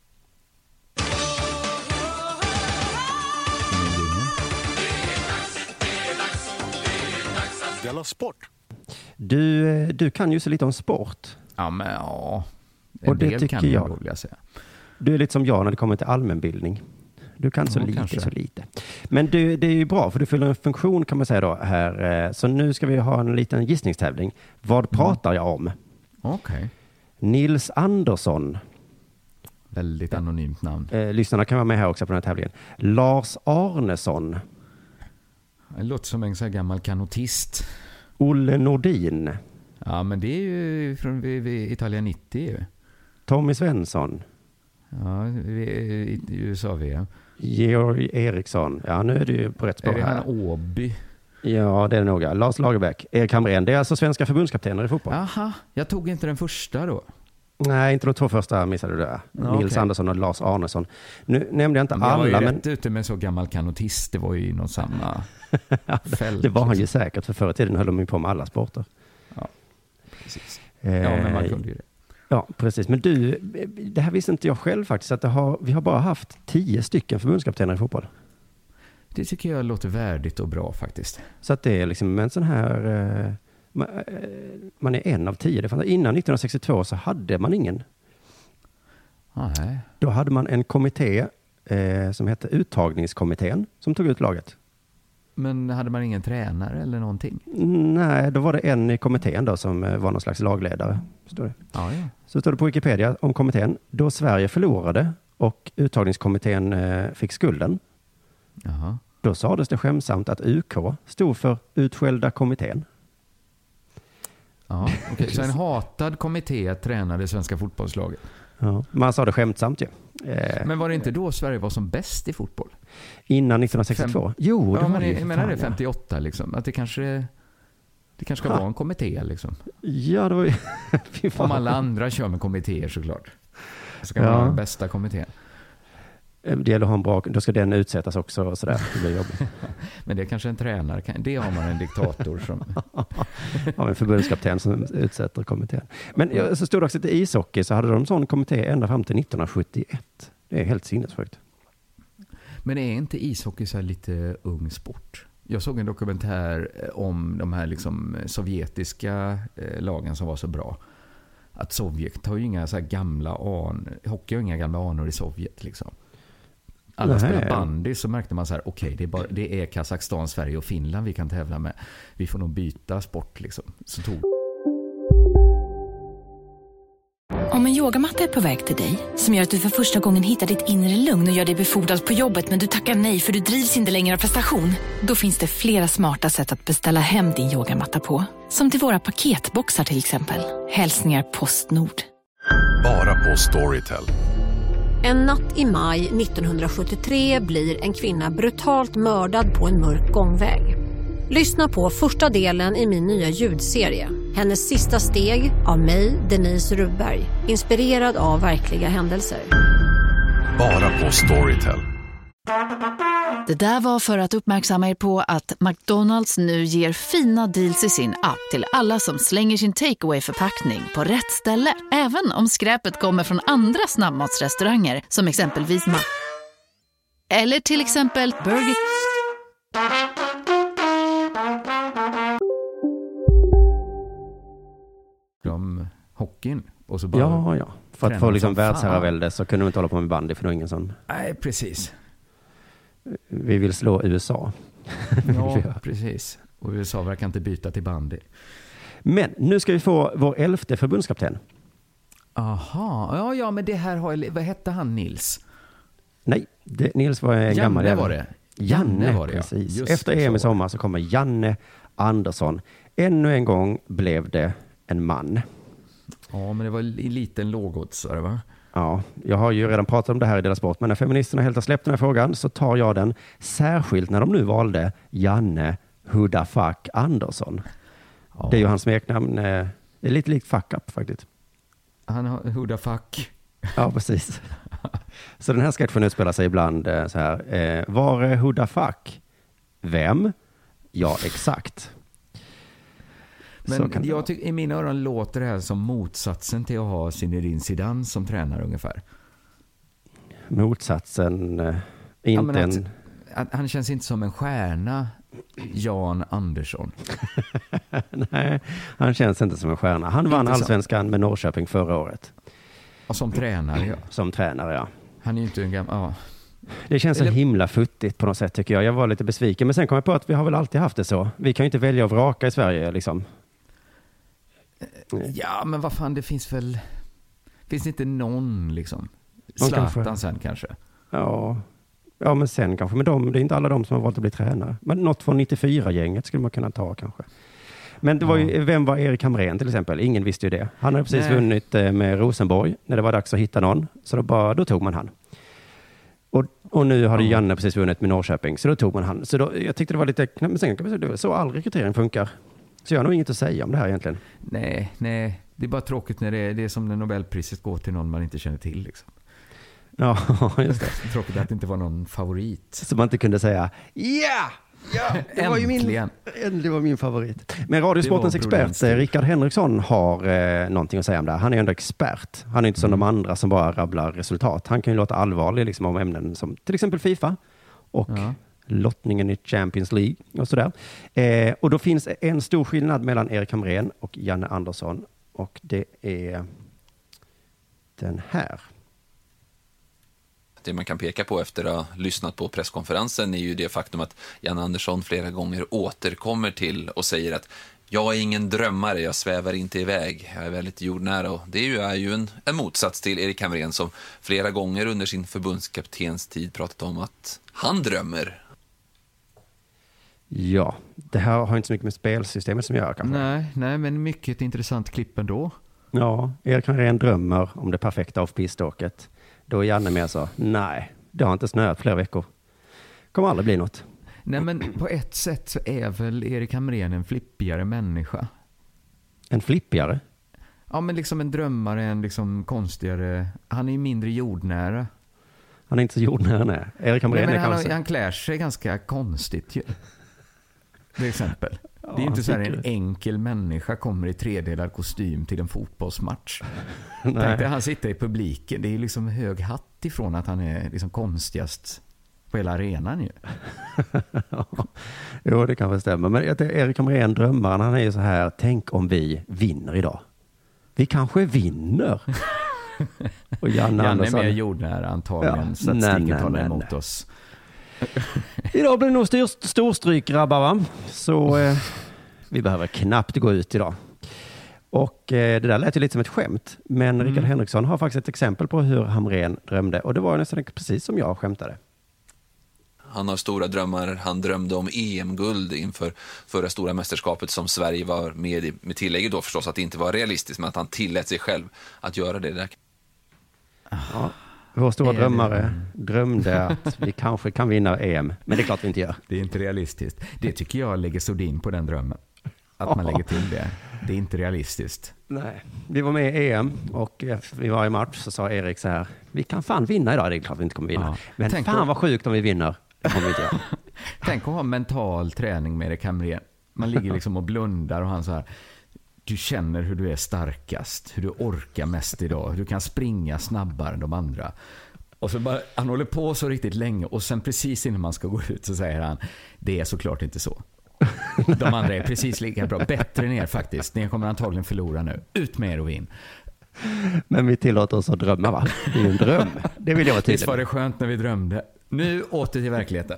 Sport. Du kan ju så lite om sport. Ja, men ja. Och det tycker jag. Du är lite som jag när det kommer till allmänbildning. Du kan så lite. Men det är ju bra, för du fyller en funktion kan man säga då här. Så nu ska vi ha en liten gissningstävling. Vad pratar jag om? Okej. Nils Andersson. Väldigt anonymt namn. Lyssnarna kan vara med här också på den här tävlingen. Lars Arnesson. Det låter som en så här gammal kanotist. Olle Nordin. Ja, men det är ju från Italia 90 ju. Tommy Svensson. Ja, i USA-VM. Georg Eriksson. Ja, nu är du ju på rätt spår här. Är det han Åby? Ja, det är det nog. Lars Lagerbäck. Erik Hamrén. Det är alltså svenska förbundskaptener i fotboll. Aha, jag tog inte den första då. Nej, inte de två första missade du där. Nils Andersson och Lars Arnesson. Nu nämnde jag inte alla. Jag var ju rätt ute med så gammal kanotist. Det var ju någon samma fält. Det var han ju säkert, för förr i tiden höll de ju på med alla sporter. Ja, precis. Ja, men man kunde ju det. Ja, precis. Men du, det här visste inte jag själv faktiskt. Att vi har bara haft 10 stycken förbundskaptener i fotboll. Det tycker jag låter värdigt och bra faktiskt. Så att det är liksom en sån här... man är en av 10. Det fanns, innan 1962 så hade man ingen. Nej. Då hade man en kommitté som hette uttagningskommittén som tog ut laget. Men hade man ingen tränare eller någonting? Nej, då var det en i kommittén då som var någon slags lagledare. Står det. Ja. Så står det på Wikipedia om kommittén. Då Sverige förlorade och uttagningskommittén fick skulden. Jaha. Då sades det skämsamt att UK stod för utskällda kommittén. Ja, okay. Så en hatad kommitté tränade svenska fotbollslaget. Ja, man sa det skämtsamt ju. Men var det inte då Sverige var som bäst i fotboll? Innan 1962? Jo, det var det. Jag menar det 58 liksom. Att det kanske ska vara en kommitté liksom. Ja, det var ju... Om alla andra kör med kommittéer såklart. Det ska vara den bästa kommittén. Det gäller att ha en bra... Då ska den utsättas också och sådär. Det blir jobbigt. Men det är kanske en tränare. Det har man en diktator som... Ja, en förbundskapten som utsätter kommittén. Men så stod det också att i ishockey så hade de sån kommitté ända fram till 1971. Det är helt sinnessjukt. Men är inte ishockey så här lite ung sport? Jag såg en dokumentär om de här liksom sovjetiska lagen som var så bra. Att Sovjet har ju inga så här gamla hockey har inga gamla anor i Sovjet liksom. Alla spelar bandy, så märkte man så här, okej, det är Kazakstan, Sverige och Finland vi kan tävla med. Vi får nog byta sport liksom. Så tog... Om en yogamatta är på väg till dig, som gör att du för första gången hittar ditt inre lugn och gör dig befordrad på jobbet, men du tackar nej för du drivs inte längre av prestation. Då finns det flera smarta sätt att beställa hem din yogamatta på. Som till våra paketboxar till exempel. Hälsningar Postnord. Bara på Storytel. En natt i maj 1973 blir en kvinna brutalt mördad på en mörk gångväg. Lyssna på första delen i min nya ljudserie. Hennes sista steg av mig, Denise Rubberg. Inspirerad av verkliga händelser. Bara på Storytel. Det där var för att uppmärksamma er på att McDonalds nu ger fina deals i sin app till alla som slänger sin takeaway-förpackning på rätt ställe. Även om skräpet kommer från andra snabbmatsrestauranger som exempelvis eller till exempel Burger. Hockeyn och så bara Ja. För att få liksom världsherravälde så kunde de inte hålla på med bandy för det var ingen sån. Nej, precis. Vi vill slå USA. Ja, precis. Och USA verkar inte byta till bandy. Men nu ska vi få vår 11:e förbundskapten. Aha, ja, men det här vad hette han, Nils? Nej, Nils var en gammal. Janne var det. Janne var det, precis. Ja. Efter EM i sommar så kommer Janne Andersson. Ännu en gång blev det en man. Ja, men det var en liten lågoddsare, va? Ja, jag har ju redan pratat om det här i Dela Sport, men när feministerna helt har släppt den här frågan så tar jag den, särskilt när de nu valde Janne Huda Fuck Andersson. Ja. Det är ju hans smeknamn, det är lite likt Fuck Up faktiskt. Han har Huda Fuck. Ja, precis. Så den här sketchen utspelar sig ibland så här, var är Huda Fuck? Vem? Ja, exakt. Men jag tycker i mina öron låter det här som motsatsen till att ha Zinedine Zidane som tränare ungefär. Motsatsen inte att han känns inte som en stjärna, Jan Andersson. Nej, han känns inte som en stjärna. Han vann allsvenskan med Norrköping förra året. Och som tränare, ja. Som tränare, ja. Han är ju inte en gammal... Ja. Det känns så himla futtigt på något sätt tycker jag. Jag var lite besviken, men sen kom jag på att vi har väl alltid haft det så. Vi kan ju inte välja att vraka i Sverige liksom. Ja, men vad fan, det finns väl... Finns det inte någon liksom? Zlatan sen kanske? Ja, men sen kanske. Men det är inte alla de som har valt att bli tränare. Men något från 94-gänget skulle man kunna ta kanske. Men det var ju, vem var Erik Hamrén till exempel? Ingen visste ju det. Han hade precis vunnit med Rosenborg när det var dags att hitta någon. Så då tog man han. Och nu har Janne precis vunnit med Norrköping. Så då tog man han. Så jag tyckte det var lite... Men sen kan man säga, det var så all rekrytering funkar. Så jag har nog inget att säga om det här egentligen. Nej. Det är bara tråkigt när det är som när Nobelpriset går till någon man inte känner till liksom. Ja, just det. Tråkigt att det inte var någon favorit. Så man inte kunde säga det var ju min favorit. Men Radiosportens expert Rickard Henriksson har någonting att säga om det här. Han är ändå expert. Han är inte som de andra som bara rabblar resultat. Han kan ju låta allvarlig liksom, om ämnen som till exempel FIFA och lottningen i Champions League och sådär. Och då finns en stor skillnad mellan Erik Hamrén och Janne Andersson. Och det är den här. Det man kan peka på efter att ha lyssnat på presskonferensen är ju det faktum att Jan Andersson flera gånger återkommer till och säger att jag är ingen drömmare, jag svävar inte iväg, jag är väldigt jordnära. Och det är ju en motsats till Erik Hamrén som flera gånger under sin förbundskaptens tid pratat om att han drömmer. Ja, det här har inte så mycket med spelsystemet som gör kanske. Nej, men mycket intressant klipp ändå. Ja, Erik Hamrén drömmer om det perfekta off-piste-åket. Då är Janne mer så, nej, det har inte snöat flera veckor. Kommer aldrig bli något. Nej, men på ett sätt så är väl Erik Hamrén en flippigare människa. En flippigare? Ja, men liksom en drömmare, en liksom konstigare. Han är ju mindre jordnära. Han är inte så jordnära, nej. Erik Hamrén är han klär sig ganska konstigt ju. Till exempel. Ja, det är inte så här en enkel människa kommer i tredelad kostym till en fotbollsmatch. Tänkte han sitter i publiken. Det är liksom hög hatt ifrån att han är liksom konstigast på hela arenan ju. Jo, det kan väl stämma. Men Erik Hamrén drömmaren, han är ju så här, tänk om vi vinner idag. Vi kanske vinner. Och Janne är mer jordnära antagligen, så att sticket talar emot oss. Idag blir det nog storstryk, grabbar, va? Så vi behöver knappt gå ut idag. Och det där lät ju lite som ett skämt. Men Rickard Henriksson har faktiskt ett exempel på hur Hamrén drömde. Och det var nästan precis som jag skämtade. Han har stora drömmar. Han drömde om EM-guld inför förra stora mästerskapet som Sverige var med i. Med tillägget då förstås att det inte var realistiskt, men att han tillät sig själv att göra det där. Ja. Vår stora drömmare drömde att vi kanske kan vinna EM. Men det är klart vi inte gör. Det är inte realistiskt. Det tycker jag lägger sordin på den drömmen. Att man lägger till det. Det är inte realistiskt. Nej. Vi var med i EM och vi var i match så sa Erik så här: vi kan fan vinna idag. Det är klart vi inte kommer vinna. Ja. Men tänk fan vad sjukt om vi vinner. Det kommer vi inte göra. Tänk att ha mental träning med Erik Hamrén. Man ligger liksom och blundar och han så här: du känner hur du är starkast, hur du orkar mest idag, hur du kan springa snabbare än de andra. Och så bara, han håller på så riktigt länge och sen precis innan man ska gå ut så säger han: det är såklart inte så. De andra är precis lika bra, bättre än er faktiskt. Ni kommer antagligen förlora nu. Ut med er och vinn. Men vi tillåter oss att drömma, va? Det är ju en dröm. Det vill jag vara tydlig. Visst var det skönt när vi drömde. Nu åter till verkligheten.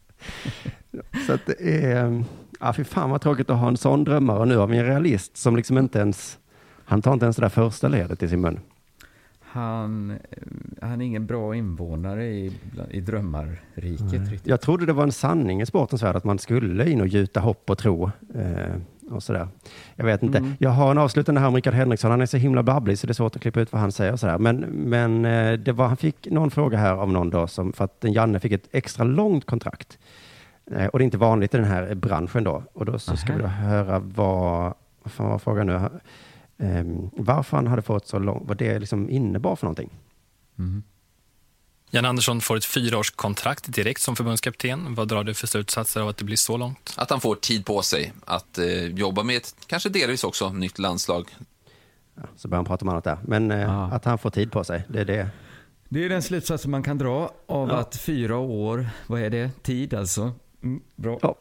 Så att det är... Ja, för fan vad tråkigt att ha en sån drömmare. Och nu har vi en realist som liksom inte ens... Han tar inte ens det där första ledet i sin mun. Han är ingen bra invånare i drömmarriket. Riktigt. Jag trodde det var en sanning i sportens värld att man skulle in och gjuta hopp och tro. Och sådär. Jag vet inte. Jag har en avslutande här om Rickard Henriksson. Han är så himla babblig så det är svårt att klippa ut vad han säger. Och sådär. Men han fick någon fråga här av någon då. För att Janne fick ett extra långt kontrakt. Och det är inte vanligt i den här branschen då. Och då så ska vi då höra vad fan var frågan nu? Varför han hade fått så långt, vad det liksom innebar för någonting. Jan Andersson får ett 4-årskontrakt direkt som förbundskapten. Vad drar du för slutsatser av att det blir så långt? Att han får tid på sig att jobba med ett, kanske delvis också, nytt landslag. Ja, så börjar han prata om annat där. Men att han får tid på sig, det är det. Det är den slutsatsen man kan dra av att 4 år, vad är det? Tid alltså. Bra. Ja.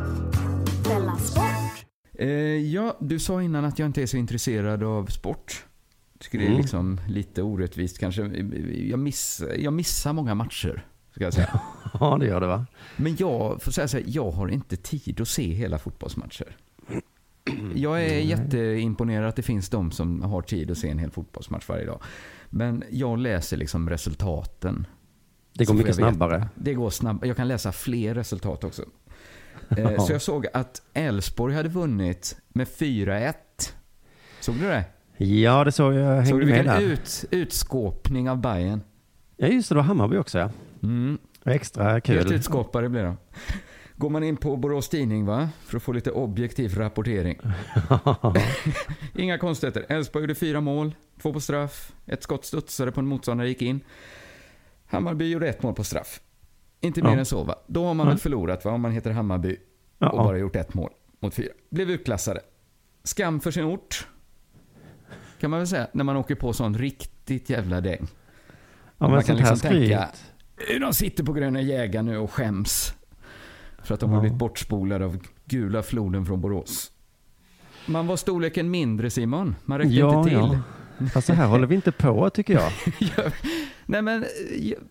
Ja, du sa innan att jag inte är så intresserad av sport. Jag tycker det är liksom lite orättvist kanske. Jag missar många matcher, ska jag säga. Ja, det gör det, va? Men jag får säga så här, jag har inte tid att se hela fotbollsmatcher. Jag är jätteimponerad att det finns de som har tid att se en hel fotbollsmatch varje dag. Men jag läser liksom resultaten. Det går mycket snabbare. Det går snabbare. Jag kan läsa fler resultat också. Så jag såg att Elfsborg hade vunnit med 4-1. Såg du det? Ja, det såg jag. Såg du vilken utskåpning av Bayern? Ja, just det. Då Hammarby också, ja. Extra kul. Helt utskåpare blir det. Går man in på Borås Tidning, va? För att få lite objektiv rapportering. Inga konstigheter. Elfsborg gjorde 4 mål. 2 på straff. 1 skott studsade på en motståndare gick in. Hammarby gjorde 1 mål på straff. Inte mer än så, va? Då har man väl förlorat, va? Om man heter Hammarby och bara gjort 1 mål mot 4. Blev utklassade. Skam för sin ort. Kan man väl säga. När man åker på sån riktigt jävla däng. Ja, man kan liksom tänka, de sitter på Gröna Jägare nu och skäms. För att de har blivit bortspolade av gula floden från Borås. Man var storleken mindre, Simon. Man räckte inte till. Ja. Fast så här håller vi inte på, tycker jag. Nej, men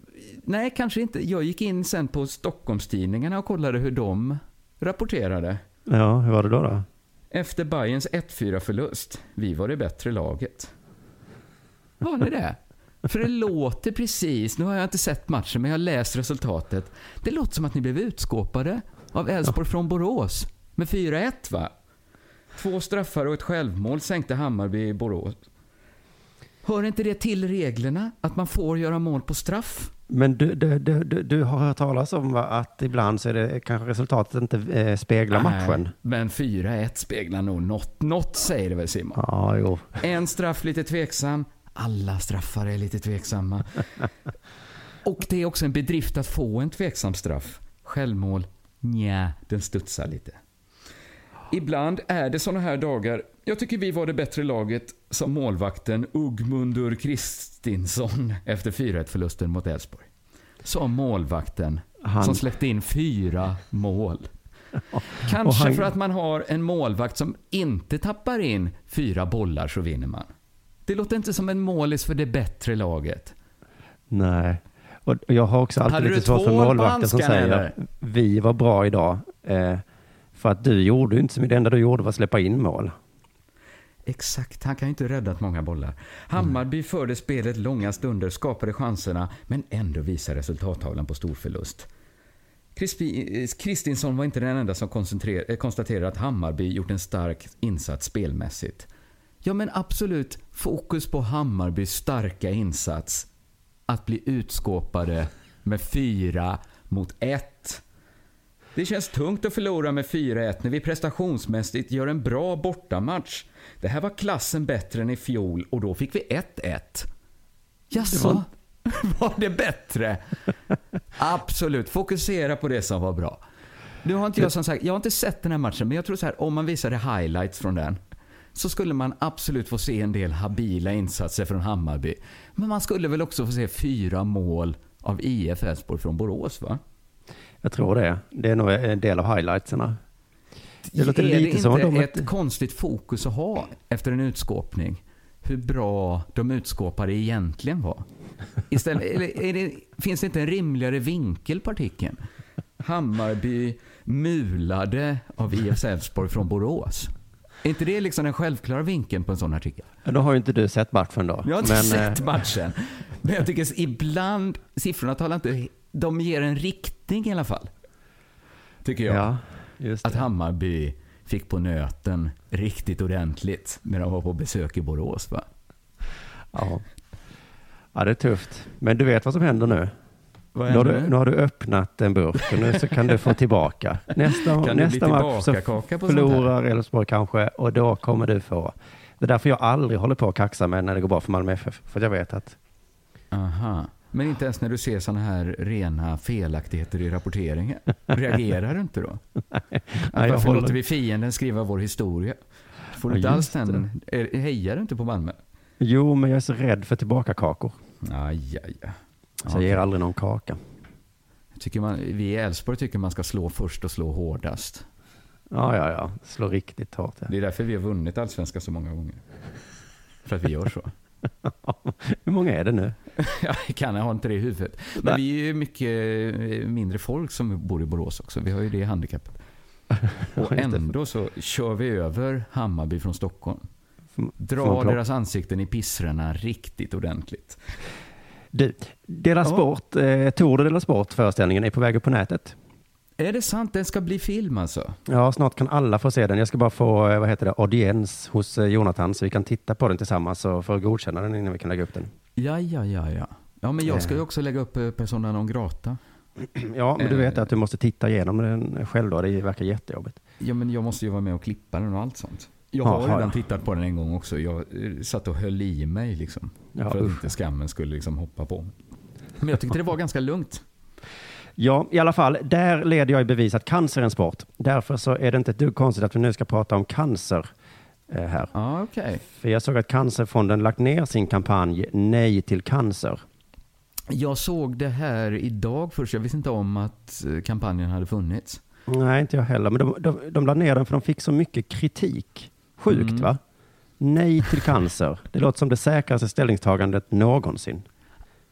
Nej, kanske inte. Jag gick in sen på Stockholmstidningarna och kollade hur de rapporterade. Ja, hur var det då? Efter Bayerns 1-4-förlust. Vi var det bättre laget. Var ni det? För det låter precis, nu har jag inte sett matchen men jag har läst resultatet. Det låter som att ni blev utskåpade av Elfsborg från Borås med 4-1 va? 2 straffar och ett självmål sänkte Hammarby i Borås. Hör inte det till reglerna att man får göra mål på straff? Men du har hört talas om att ibland så är det kanske resultatet inte speglar matchen. Men 4-1 speglar nog något säger det väl Simon? Ja, jo. En straff lite tveksam. Alla straffar är lite tveksamma. Och det är också en bedrift att få en tveksam straff. Självmål, nja, den studsar lite. Ibland är det såna här dagar. Jag tycker vi var det bättre laget som målvakten Ugmundur Kristinsson efter 4-1-förlusten mot Elfsborg. Som målvakten som släppte in 4 mål. Kanske för att man har en målvakt som inte tappar in 4 bollar så vinner man. Det låter inte som en målis för det bättre laget. Nej. Och jag har också alltid lite svårt för målvakten som säger vi var bra idag. För att du gjorde inte som det enda du gjorde var att släppa in mål. Exakt, han kan ju inte räddat många bollar. Hammarby förde spelet långa stunder, skapade chanserna men ändå visar resultattavlan på stor förlust. Kristinsson var inte den enda som konstaterade att Hammarby gjort en stark insats spelmässigt. Ja men absolut, fokus på Hammarbys starka insats. Att bli utskåpade med 4-1. Det känns tungt att förlora med 4-1 när vi prestationsmässigt gör en bra bortamatch. Det här var klassen bättre än i fjol och då fick vi 1-1. Jaså, var det bättre? Absolut, fokusera på det som var bra. Nu har inte jag har inte sett den här matchen men jag tror så här, om man visade highlights från den så skulle man absolut få se en del habila insatser från Hammarby. Men man skulle väl också få se 4 mål av IF Elfsborg från Borås va? Jag tror det. Det är nog en del av highlightsarna. Det låter lite som inte ett konstigt fokus att ha efter en utskåpning? Hur bra de utskåpare egentligen var? Istället, finns det inte en rimligare vinkel på artikeln? Hammarby mulade av IF Elfsborg från Borås. Är inte det liksom den självklara vinkeln på en sån artikel? Då har ju inte du sett matchen då. Jag har inte sett matchen. Men jag tycker ibland, siffrorna talar inte, de ger en riktning i alla fall. Tycker jag. Ja, just det. Att Hammarby fick på nöten riktigt ordentligt när de var på besök i Borås va? Ja. Ja, det är tufft. Men du vet vad som händer nu. Nu har du öppnat en burk och nu så kan du få tillbaka. Nästa match så förlorar Elfsborg kanske och då kommer du få. Det är därför jag aldrig håller på att kaxa med när det går bra för Malmö FF. För jag vet att... Aha. Men inte ens när du ser såna här rena felaktigheter i rapporteringen. Reagerar du inte då? Nej, varför låter vi fienden skriva vår historia? Får du inte alls den? Hejar du inte på Malmö? Jo, men jag är så rädd för tillbaka-kakor. Aj. Så jag ger aldrig någon kaka. Vi i Elfsborg tycker man ska slå först och slå hårdast. Ja. Slå riktigt hårt. Ja. Det är därför vi har vunnit Allsvenskan så många gånger. För att vi gör så. Hur många är det nu? Jag har inte det i huvudet. Men vi är ju mycket mindre folk som bor i Borås också. Vi har ju det handikappet. Och ändå så kör vi över Hammarby från Stockholm. Drar deras ansikten i pissrarna riktigt ordentligt. Du, Tour de la Sport föreställningen är på väg upp på nätet. Är det sant? Den ska bli film alltså? Ja, snart kan alla få se den. Jag ska bara få, audiens hos Jonathan så vi kan titta på den tillsammans och få godkänna den innan vi kan lägga upp den. Ja. Ja, men jag ska ju också lägga upp Persona non grata. Ja, men du vet att du måste titta igenom den själv då. Det verkar jättejobbigt. Ja, men jag måste ju vara med och klippa den och allt sånt. Jag har redan tittat på den en gång också. Jag satt och höll i mig liksom. För att inte skammen skulle liksom hoppa på. Men jag tyckte det var ganska lugnt. Ja, i alla fall. Där leder jag i bevis att cancer är en sport. Därför så är det inte ett dugg konstigt att vi nu ska prata om cancer här. Okej. För jag såg att Cancerfonden lagt ner sin kampanj Nej till cancer. Jag såg det här idag först. Jag visste inte om att kampanjen hade funnits. Nej, inte jag heller. Men de lade ner den för de fick så mycket kritik. Sjukt va? Nej till cancer. Det låter som det säkraste ställningstagandet någonsin.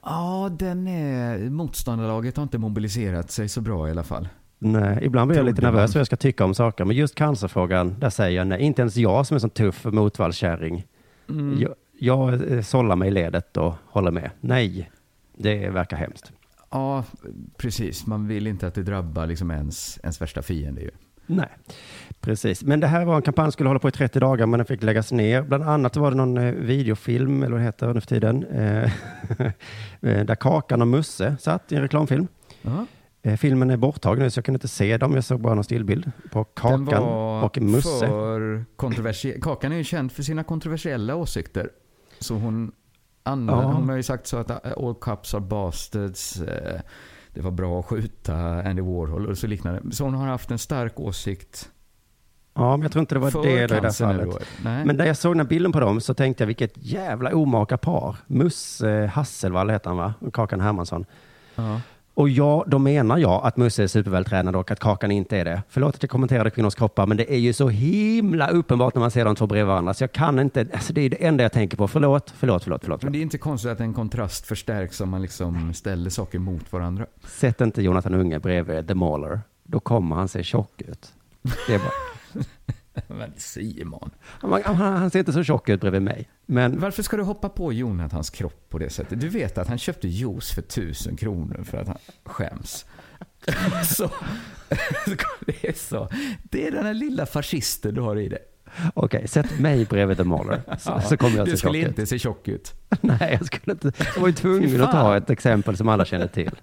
Ja, motståndarlaget har inte mobiliserat sig så bra i alla fall. Nej, ibland blir jag lite nervös vad jag ska tycka om saker. Men just cancerfrågan, där säger jag nej. Inte ens jag som är en sån tuff motvallskärring. Jag sållar mig i ledet och håller med. Nej, det verkar hemskt. Ja, precis. Man vill inte att det drabbar liksom ens värsta fiende ju. Nej, precis. Men det här var en kampanj som skulle hålla på i 30 dagar, men den fick läggas ner. Bland annat var det någon videofilm, eller vad det heter nu för tiden, där Kakan och Musse satt i en reklamfilm. Filmen är borttagen nu så jag kunde inte se dem. Jag såg bara någon stillbild på Kakan och Musse. Kakan är ju känd för sina kontroversiella åsikter. Så hon har ju sagt så att all cups are bastards. Det var bra att skjuta Andy Warhol och så liknande. Så hon har haft en stark åsikt. Ja, men jag tror inte det var det i det där fallet. Men när jag såg den här bilden på dem så tänkte jag vilket jävla omaka par. Musse Hasselvall heter han, va? Och Kakan Hermansson. Ja. Och då menar jag att Musse är supervältränad och att Kakan inte är det. Förlåt att jag kommenterade kvinnors kroppar, men det är ju så himla uppenbart när man ser de två bredvid varandra. Så jag kan inte, alltså det är det enda jag tänker på. Förlåt. Men det är inte konstigt att en kontrast förstärks om man liksom ställer saker mot varandra. Sätt inte Jonathan Unge bredvid The Mauler. Då kommer han se tjock ut. Det är bara... Men Simon. Han ser inte så tjock ut bredvid mig. Men... Varför ska du hoppa på Jonathans kropp på det sättet? Du vet att han köpte juice för 1000 kronor för att han skäms. Så, det är så. Det är den här lilla fascisten du har i dig. Okej, sätt mig bredvid The Mauler. Så kommer jag se tjock ut. Du skulle inte se tjock ut. Nej, jag skulle inte. Jag var ju tvungen att ta ett exempel som alla känner till.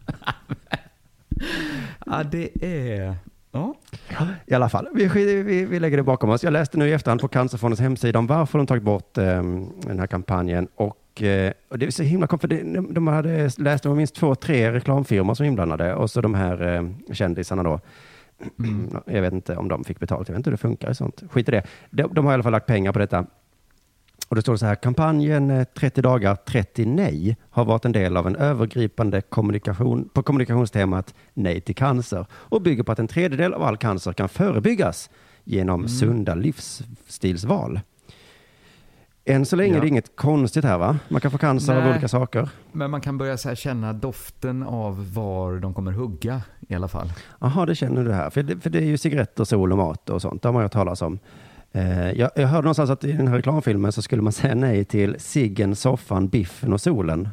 Ja, det är... Ja. I alla fall, vi lägger det bakom oss. Jag läste nu i efterhand på Cancerfondens hemsida om varför de tagit bort den här kampanjen. Och det är så himla konstigt, för de hade läst om minst 2-3 reklamfirmor som inblandade. Och så de här kändisarna då. Jag vet inte om de fick betalt. Jag vet inte hur det funkar i sånt. Skit i det. De har i alla fall lagt pengar på detta. Och det står så här, kampanjen 30 dagar, 30 nej har varit en del av en övergripande kommunikationstemat nej till cancer och bygger på att en tredjedel av all cancer kan förebyggas genom sunda livsstilsval. Än så länge är det inget konstigt här, va? Man kan få cancer av olika saker. Men man kan börja så här känna doften av var de kommer hugga i alla fall. Jaha, det känner du här. För det är ju cigaretter, sol och mat och sånt. Det har man ju talat om. Jag hörde någonstans att i den här reklamfilmen så skulle man säga nej till ciggen, soffan, biffen och solen.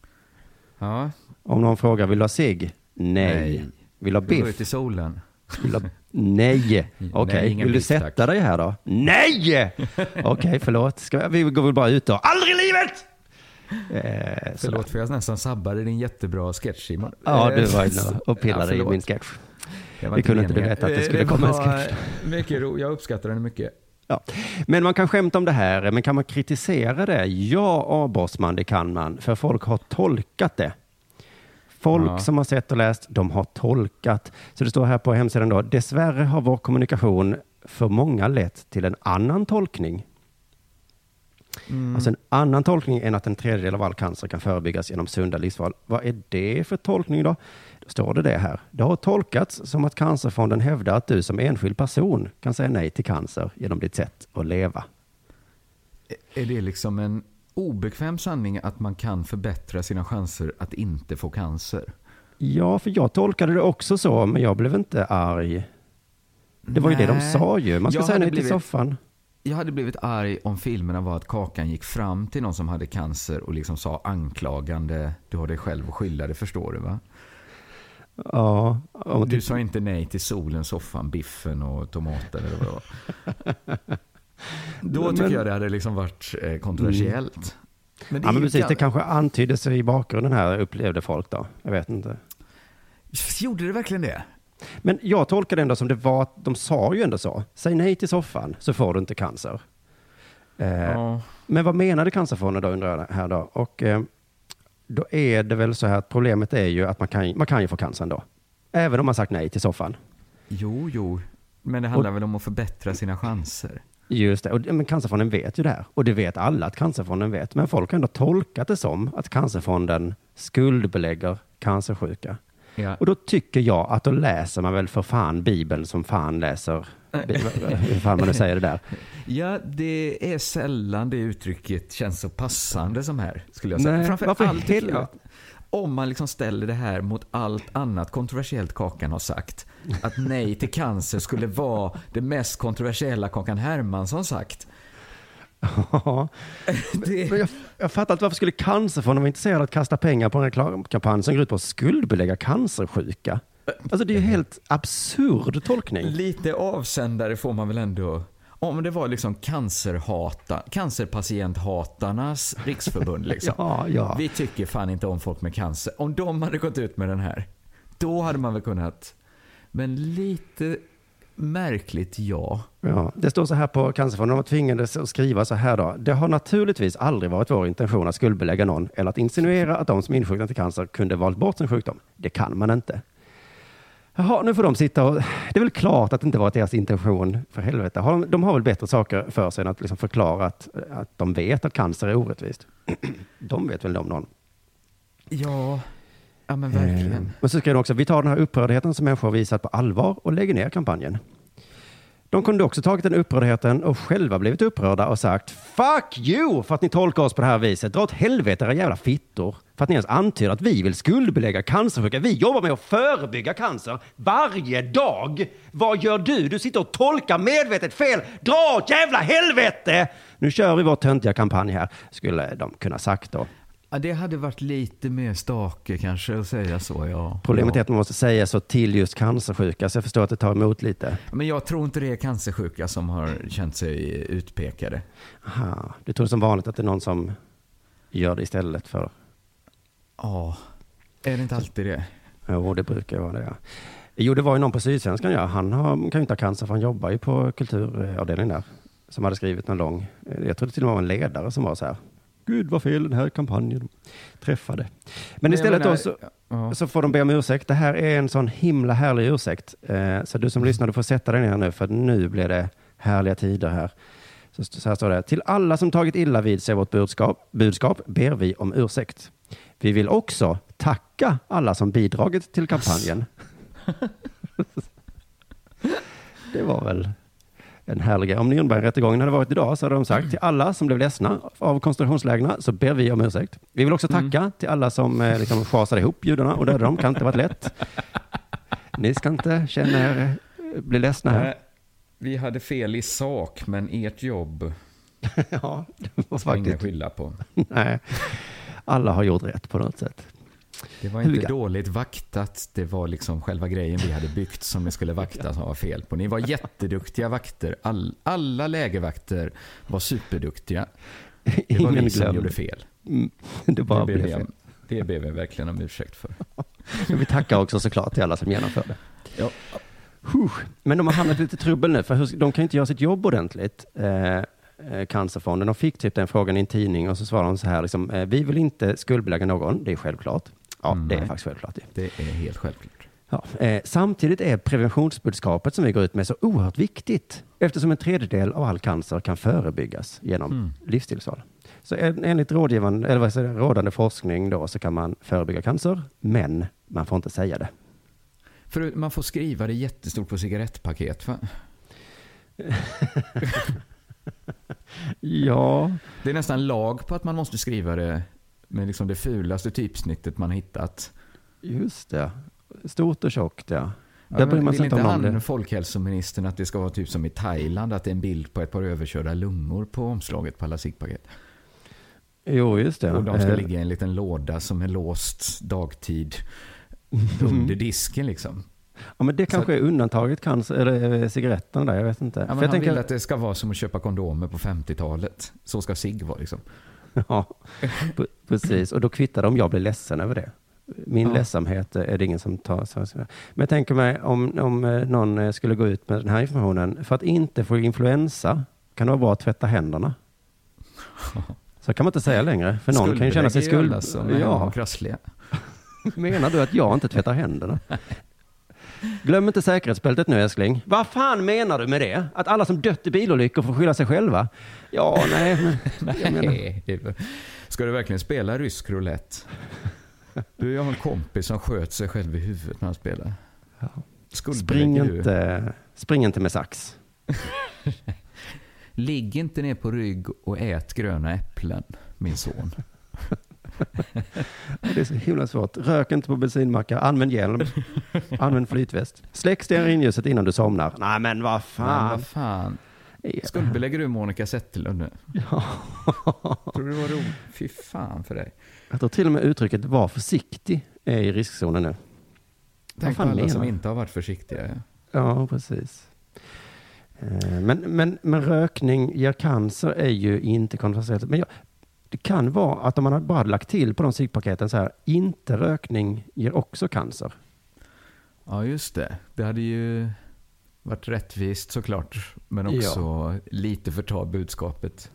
Ja. Om någon frågar, vill du ha cigg? Nej. Vill du ha biff? Vill du ut i solen? Nej. Okej. Vill du sätta dig här då? Nej! Okej, förlåt. Vi går väl bara ut då. Aldrig i livet! Förlåt för jag nästan sabbade din jättebra sketch, Simon. Ja, du var inne och pillade i min sketch. Vi kunde inte veta att det skulle komma en sketch. Mycket ro. Jag uppskattar den mycket. Ja. Men man kan skämta om det här, men kan man kritisera det? Ja, avbossman, det kan man. För folk har tolkat det. Folk som har sett och läst, de har tolkat. Så det står här på hemsidan då, dessvärre har vår kommunikation för många lett till en annan tolkning. Alltså en annan tolkning än att en tredjedel av all cancer kan förebyggas genom sunda livsval. Vad är det för tolkning då? Då står det här. Det har tolkats som att Cancerfonden hävdar att du som enskild person kan säga nej till cancer genom ditt sätt att leva. Är det liksom en obekväm sanning att man kan förbättra sina chanser att inte få cancer? Ja, för jag tolkade det också så, men jag blev inte arg. Det var ju det de sa ju. Man ska säga nej till soffan. Jag hade blivit arg om filmerna var att Kakan gick fram till någon som hade cancer och liksom sa anklagande, du har dig själv att skylla, det förstår du, va? Ja. Du sa inte nej till solen, soffan, biffen och tomater eller vad det var. Då tycker jag det hade liksom varit kontroversiellt. Men precis, det kanske antydde sig i bakgrunden här, upplevde folk då. Jag vet inte. Gjorde det verkligen det? Men jag tolkar det ändå som det var, de sa ju ändå så. Säg nej till soffan så får du inte cancer. Men vad menade Cancerfonden då, undrar jag här då? Och då är det väl så här att problemet är ju att man kan ju få cancer ändå. Även om man sagt nej till soffan. Jo. Men det handlar väl om att förbättra sina chanser. Just det. Men Cancerfonden vet ju det här. Och det vet alla att Cancerfonden vet. Men folk har ändå tolkat det som att Cancerfonden skuldbelägger cancersjuka. Ja. Och då tycker jag att då läser man väl för fan Bibeln som fan läser. Hur fan man nu säger det där. Ja, det är sällan det uttrycket känns så passande som här, skulle jag säga. Nej, Framför allt om man liksom ställer det här mot allt annat kontroversiellt Kakan har sagt, att nej till cancer skulle vara det mest kontroversiella Kakan Hermansson sagt. Ja. Jag fattar inte varför skulle Cancerfonden vara intresserad av att kasta pengar på en reklamkampanj som går ut på att skuldbelägga cancersjuka. Alltså det är ju helt absurd tolkning. Lite avsändare får man väl ändå. Om det var liksom cancerpatienthatarnas riksförbund liksom. Ja. Vi tycker fan inte om folk med cancer. Om de hade gått ut med den här, då hade man väl kunnat. Men lite märkligt, ja. Det står så här på Cancerfonden, de var tvingade att skriva så här då. Det har naturligtvis aldrig varit vår intention att skuldbelägga någon eller att insinuera att de som insjuknat till cancer kunde valt bort sin sjukdom. Det kan man inte. Jaha, nu får de sitta och... Det är väl klart att det inte var deras intention, för helvete. De har väl bättre saker för sig än att liksom förklara att de vet att cancer är orättvist. De vet väl om någon. Ja men verkligen. Men så ska de också, vi tar den här upprördheten som människor har visat på allvar och lägger ner kampanjen. De kunde också tagit den upprördheten och själva blivit upprörda och sagt fuck you för att ni tolkar oss på det här viset. Dra åt helvete era jävla fittor. För att ni ens antyder att vi vill skuldbelägga cancersjuka. Vi jobbar med att förebygga cancer varje dag. Vad gör du? Du sitter och tolkar medvetet fel. Dra åt jävla helvete! Nu kör vi vår töntiga kampanj här. Skulle de kunna sagt då. Ja, det hade varit lite mer stake kanske att säga så, ja. Problemet är att man måste säga så till just cancersjuka, så jag förstår att det tar emot lite. Men jag tror inte det är cancersjuka som har känt sig utpekade. Aha, du tror som vanligt att det är någon som gör det istället för... Ja, är det inte alltid det? Jo, det brukar vara det, ja. Jo, det var ju någon på Sydsvenskan, ja. Han kan ju inte ha cancer för han jobbar ju på kulturavdelningen där. Som hade skrivit någon lång... Jag tror det till och med var en ledare som var så här... Gud vad fel den här kampanjen träffade. Men istället då så får de be om ursäkt. Det här är en sån himla härlig ursäkt. Så du som lyssnar, du får sätta dig ner nu, för nu blir det härliga tider här. Så här står det. Till alla som tagit illa vid sig vårt budskap ber vi om ursäkt. Vi vill också tacka alla som bidragit till kampanjen. Det var väl en härlig. Om Nürnbergrättegången hade varit idag så hade de sagt till alla som blev ledsna av koncentrationslägena så ber vi om ursäkt. Vi vill också tacka till alla som liksom schasade ihop judarna och dödade dem. Kan inte varit lätt. Ni ska inte känna er bli ledsna här. Vi hade fel i sak, men ert jobb ja, det var faktiskt ingen skylla på. Nej, alla har gjort rätt på något sätt. Det var inte dåligt vaktat. Det var liksom själva grejen vi hade byggt som ni skulle vakta som var fel på. Ni var jätteduktiga vakter. Alla lägervakter var superduktiga. Det var vi som gjorde fel. Det ber vi verkligen om ursäkt för. Vi tackar också såklart till alla som genomförde. Ja. Men de har hamnat lite trubbel nu, för de kan inte göra sitt jobb ordentligt. Cancerfonden. De fick typ den frågan i en tidning och så svarade de så här liksom, vi vill inte skuldbelägga någon, det är självklart. Ja, det är faktiskt självklart. Det är helt självklart. Ja, samtidigt är preventionsbudskapet som vi går ut med så oerhört viktigt, eftersom en tredjedel av all cancer kan förebyggas genom livsstilsval. Så enligt rådande forskning då så kan man förebygga cancer, men man får inte säga det. För man får skriva det jättestort på cigarettpaket, va? Ja. Det är nästan lag på att man måste skriva det med liksom det fulaste typsnittet man hittat. Just det. Stort och tjockt, ja. Där vill inte han, folkhälsoministern, att det ska vara typ som i Thailand, att det är en bild på ett par överkörda lungor på omslaget på alla ciggpaket. Jo, just det. Och de ska ligga i en liten låda som är låst dagtid under disken liksom. Ja, men det kanske är undantaget cancer, eller cigaretterna där, jag vet inte. Ja, men han vill att det ska vara som att köpa kondomer på 50-talet. Så ska cigg vara liksom. Ja, precis. Och då kvittar de om jag blir ledsen över det. Min ledsamhet är det ingen som tar. Men jag tänker mig om någon skulle gå ut med den här informationen. För att inte få influensa kan det vara bra att tvätta händerna. Så kan man inte säga längre. För någon kan ju känna sig skuld. Ja, krassliga. Menar du att jag inte tvättar händerna? Glöm inte säkerhetsbältet nu, älskling. Vad fan menar du med det? Att alla som dött i bilolyckor får skylla sig själva? Ja, nej. Nej. Ska du verkligen spela rysk roulette? Du, jag har en kompis som sköt sig själv i huvudet när han spelar. Ja. Spring inte med sax. Ligg inte ner på rygg och ät gröna äpplen, min son. Det är så himla svårt. Rök inte på bensinmackar. Använd hjälm. Använd flytväst. Släck stearinljuset innan du somnar. Nej, men vad fan. Skuldbelägger du Monica Zetterlund nu? Ja. Tror du det var roligt? Fy fan för dig. Jag tror till och med uttrycket var försiktig är i riskzonen nu. Tänk på alla som inte har varit försiktiga. Ja, precis. Men rökning ger cancer är ju inte kontroversiellt. Men det kan vara att om man bara lagt till på de ciggpaketen så här, inte rökning ger också cancer. Ja, just det. Det hade ju varit rättvist såklart, men också lite förta budskapet.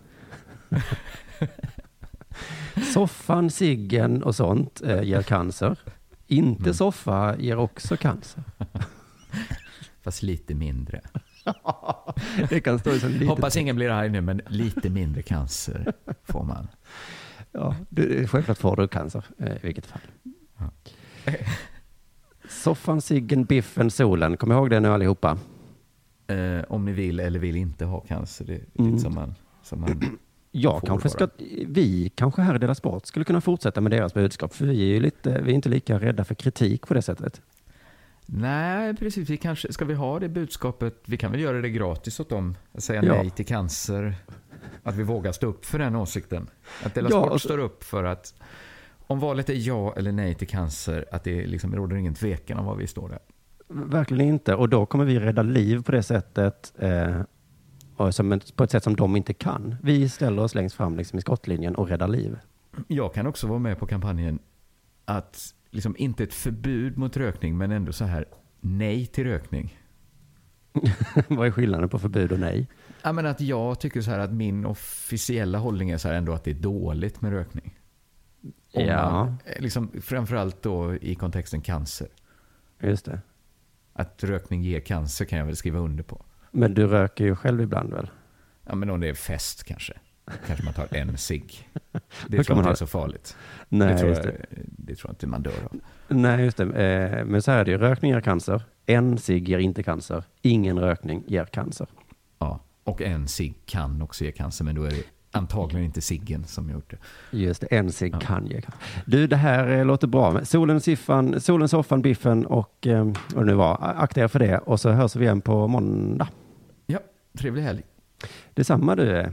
Soffan, ciggen och sånt ger cancer. Inte soffa ger också cancer. Fast lite mindre. Det kan stå som lite. Hoppas ingen blir arg nu, men lite mindre cancer får man. Ja, självklart får du cancer i vilket fall. Ja. Soffan, ciggen, biffen, solen. Kom ihåg det nu allihopa. Om ni vill eller vill inte ha cancer. Det är lite som man vi kanske här i Dela Sport skulle kunna fortsätta med deras budskap. För vi är inte lika rädda för kritik på det sättet. Nej, precis. Ska vi ha det budskapet? Vi kan väl göra det gratis åt dem. Att säga nej till cancer. Att vi vågar stå upp för den åsikten. Att Dela Sport står upp för att om valet är ja eller nej till cancer, att det liksom råder ingen tvekan om vad vi står där. Verkligen inte. Och då kommer vi rädda liv på det sättet på ett sätt som de inte kan. Vi ställer oss längst fram liksom i skottlinjen och räddar liv. Jag kan också vara med på kampanjen att liksom inte ett förbud mot rökning, men ändå så här nej till rökning. Vad är skillnaden på förbud och nej? Ja, men att jag tycker så här att min officiella hållning är så här ändå att det är dåligt med rökning. Man, liksom, framförallt då i kontexten cancer. Just det. Att rökning ger cancer kan jag väl skriva under på. Men du röker ju själv ibland väl? Ja, men om det är fest kanske. Kanske man tar en cigg. Det tror jag inte är så farligt. Nej, det tror jag inte man dör av. Nej, just det. Men så här är det ju. Rökning ger cancer. En cigg ger inte cancer. Ingen rökning ger cancer. Ja, och en cigg kan också ge cancer. Men då är det antagligen inte ciggen som gjort det. Just det, en cigg kan ge cancer. Du, det här låter bra. Solen, soffan, biffen och vad det nu var. Akta er för det. Och så hörs vi igen på måndag. Ja, trevlig helg. Detsamma du.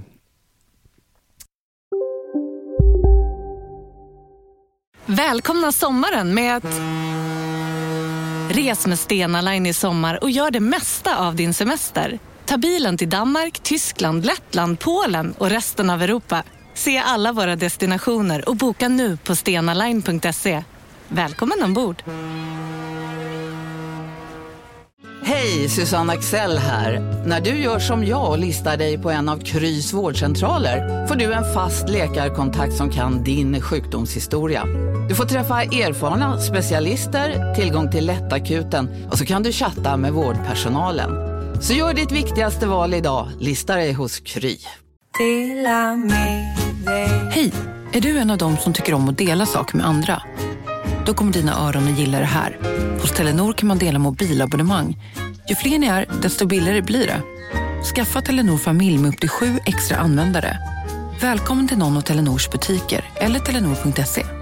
Välkomna sommaren med att res med Stena Line i sommar och gör det mesta av din semester. Ta bilen till Danmark, Tyskland, Lettland, Polen och resten av Europa. Se alla våra destinationer och boka nu på stenaline.se. Välkommen ombord! Hej, Susanne Axel här. När du gör som jag och listar dig på en av Krys vårdcentraler får du en fast läkarkontakt som kan din sjukdomshistoria. Du får träffa erfarna specialister, tillgång till lättakuten och så kan du chatta med vårdpersonalen. Så gör ditt viktigaste val idag, lista dig hos Kry. Hej, är du en av dem som tycker om att dela saker med andra? Då kommer dina öron att gilla det här. Hos Telenor kan man dela mobilabonnemang. Ju fler ni är, desto billigare blir det. Skaffa Telenor familj med upp till 7 extra användare. Välkommen till någon av Telenors butiker eller telenor.se.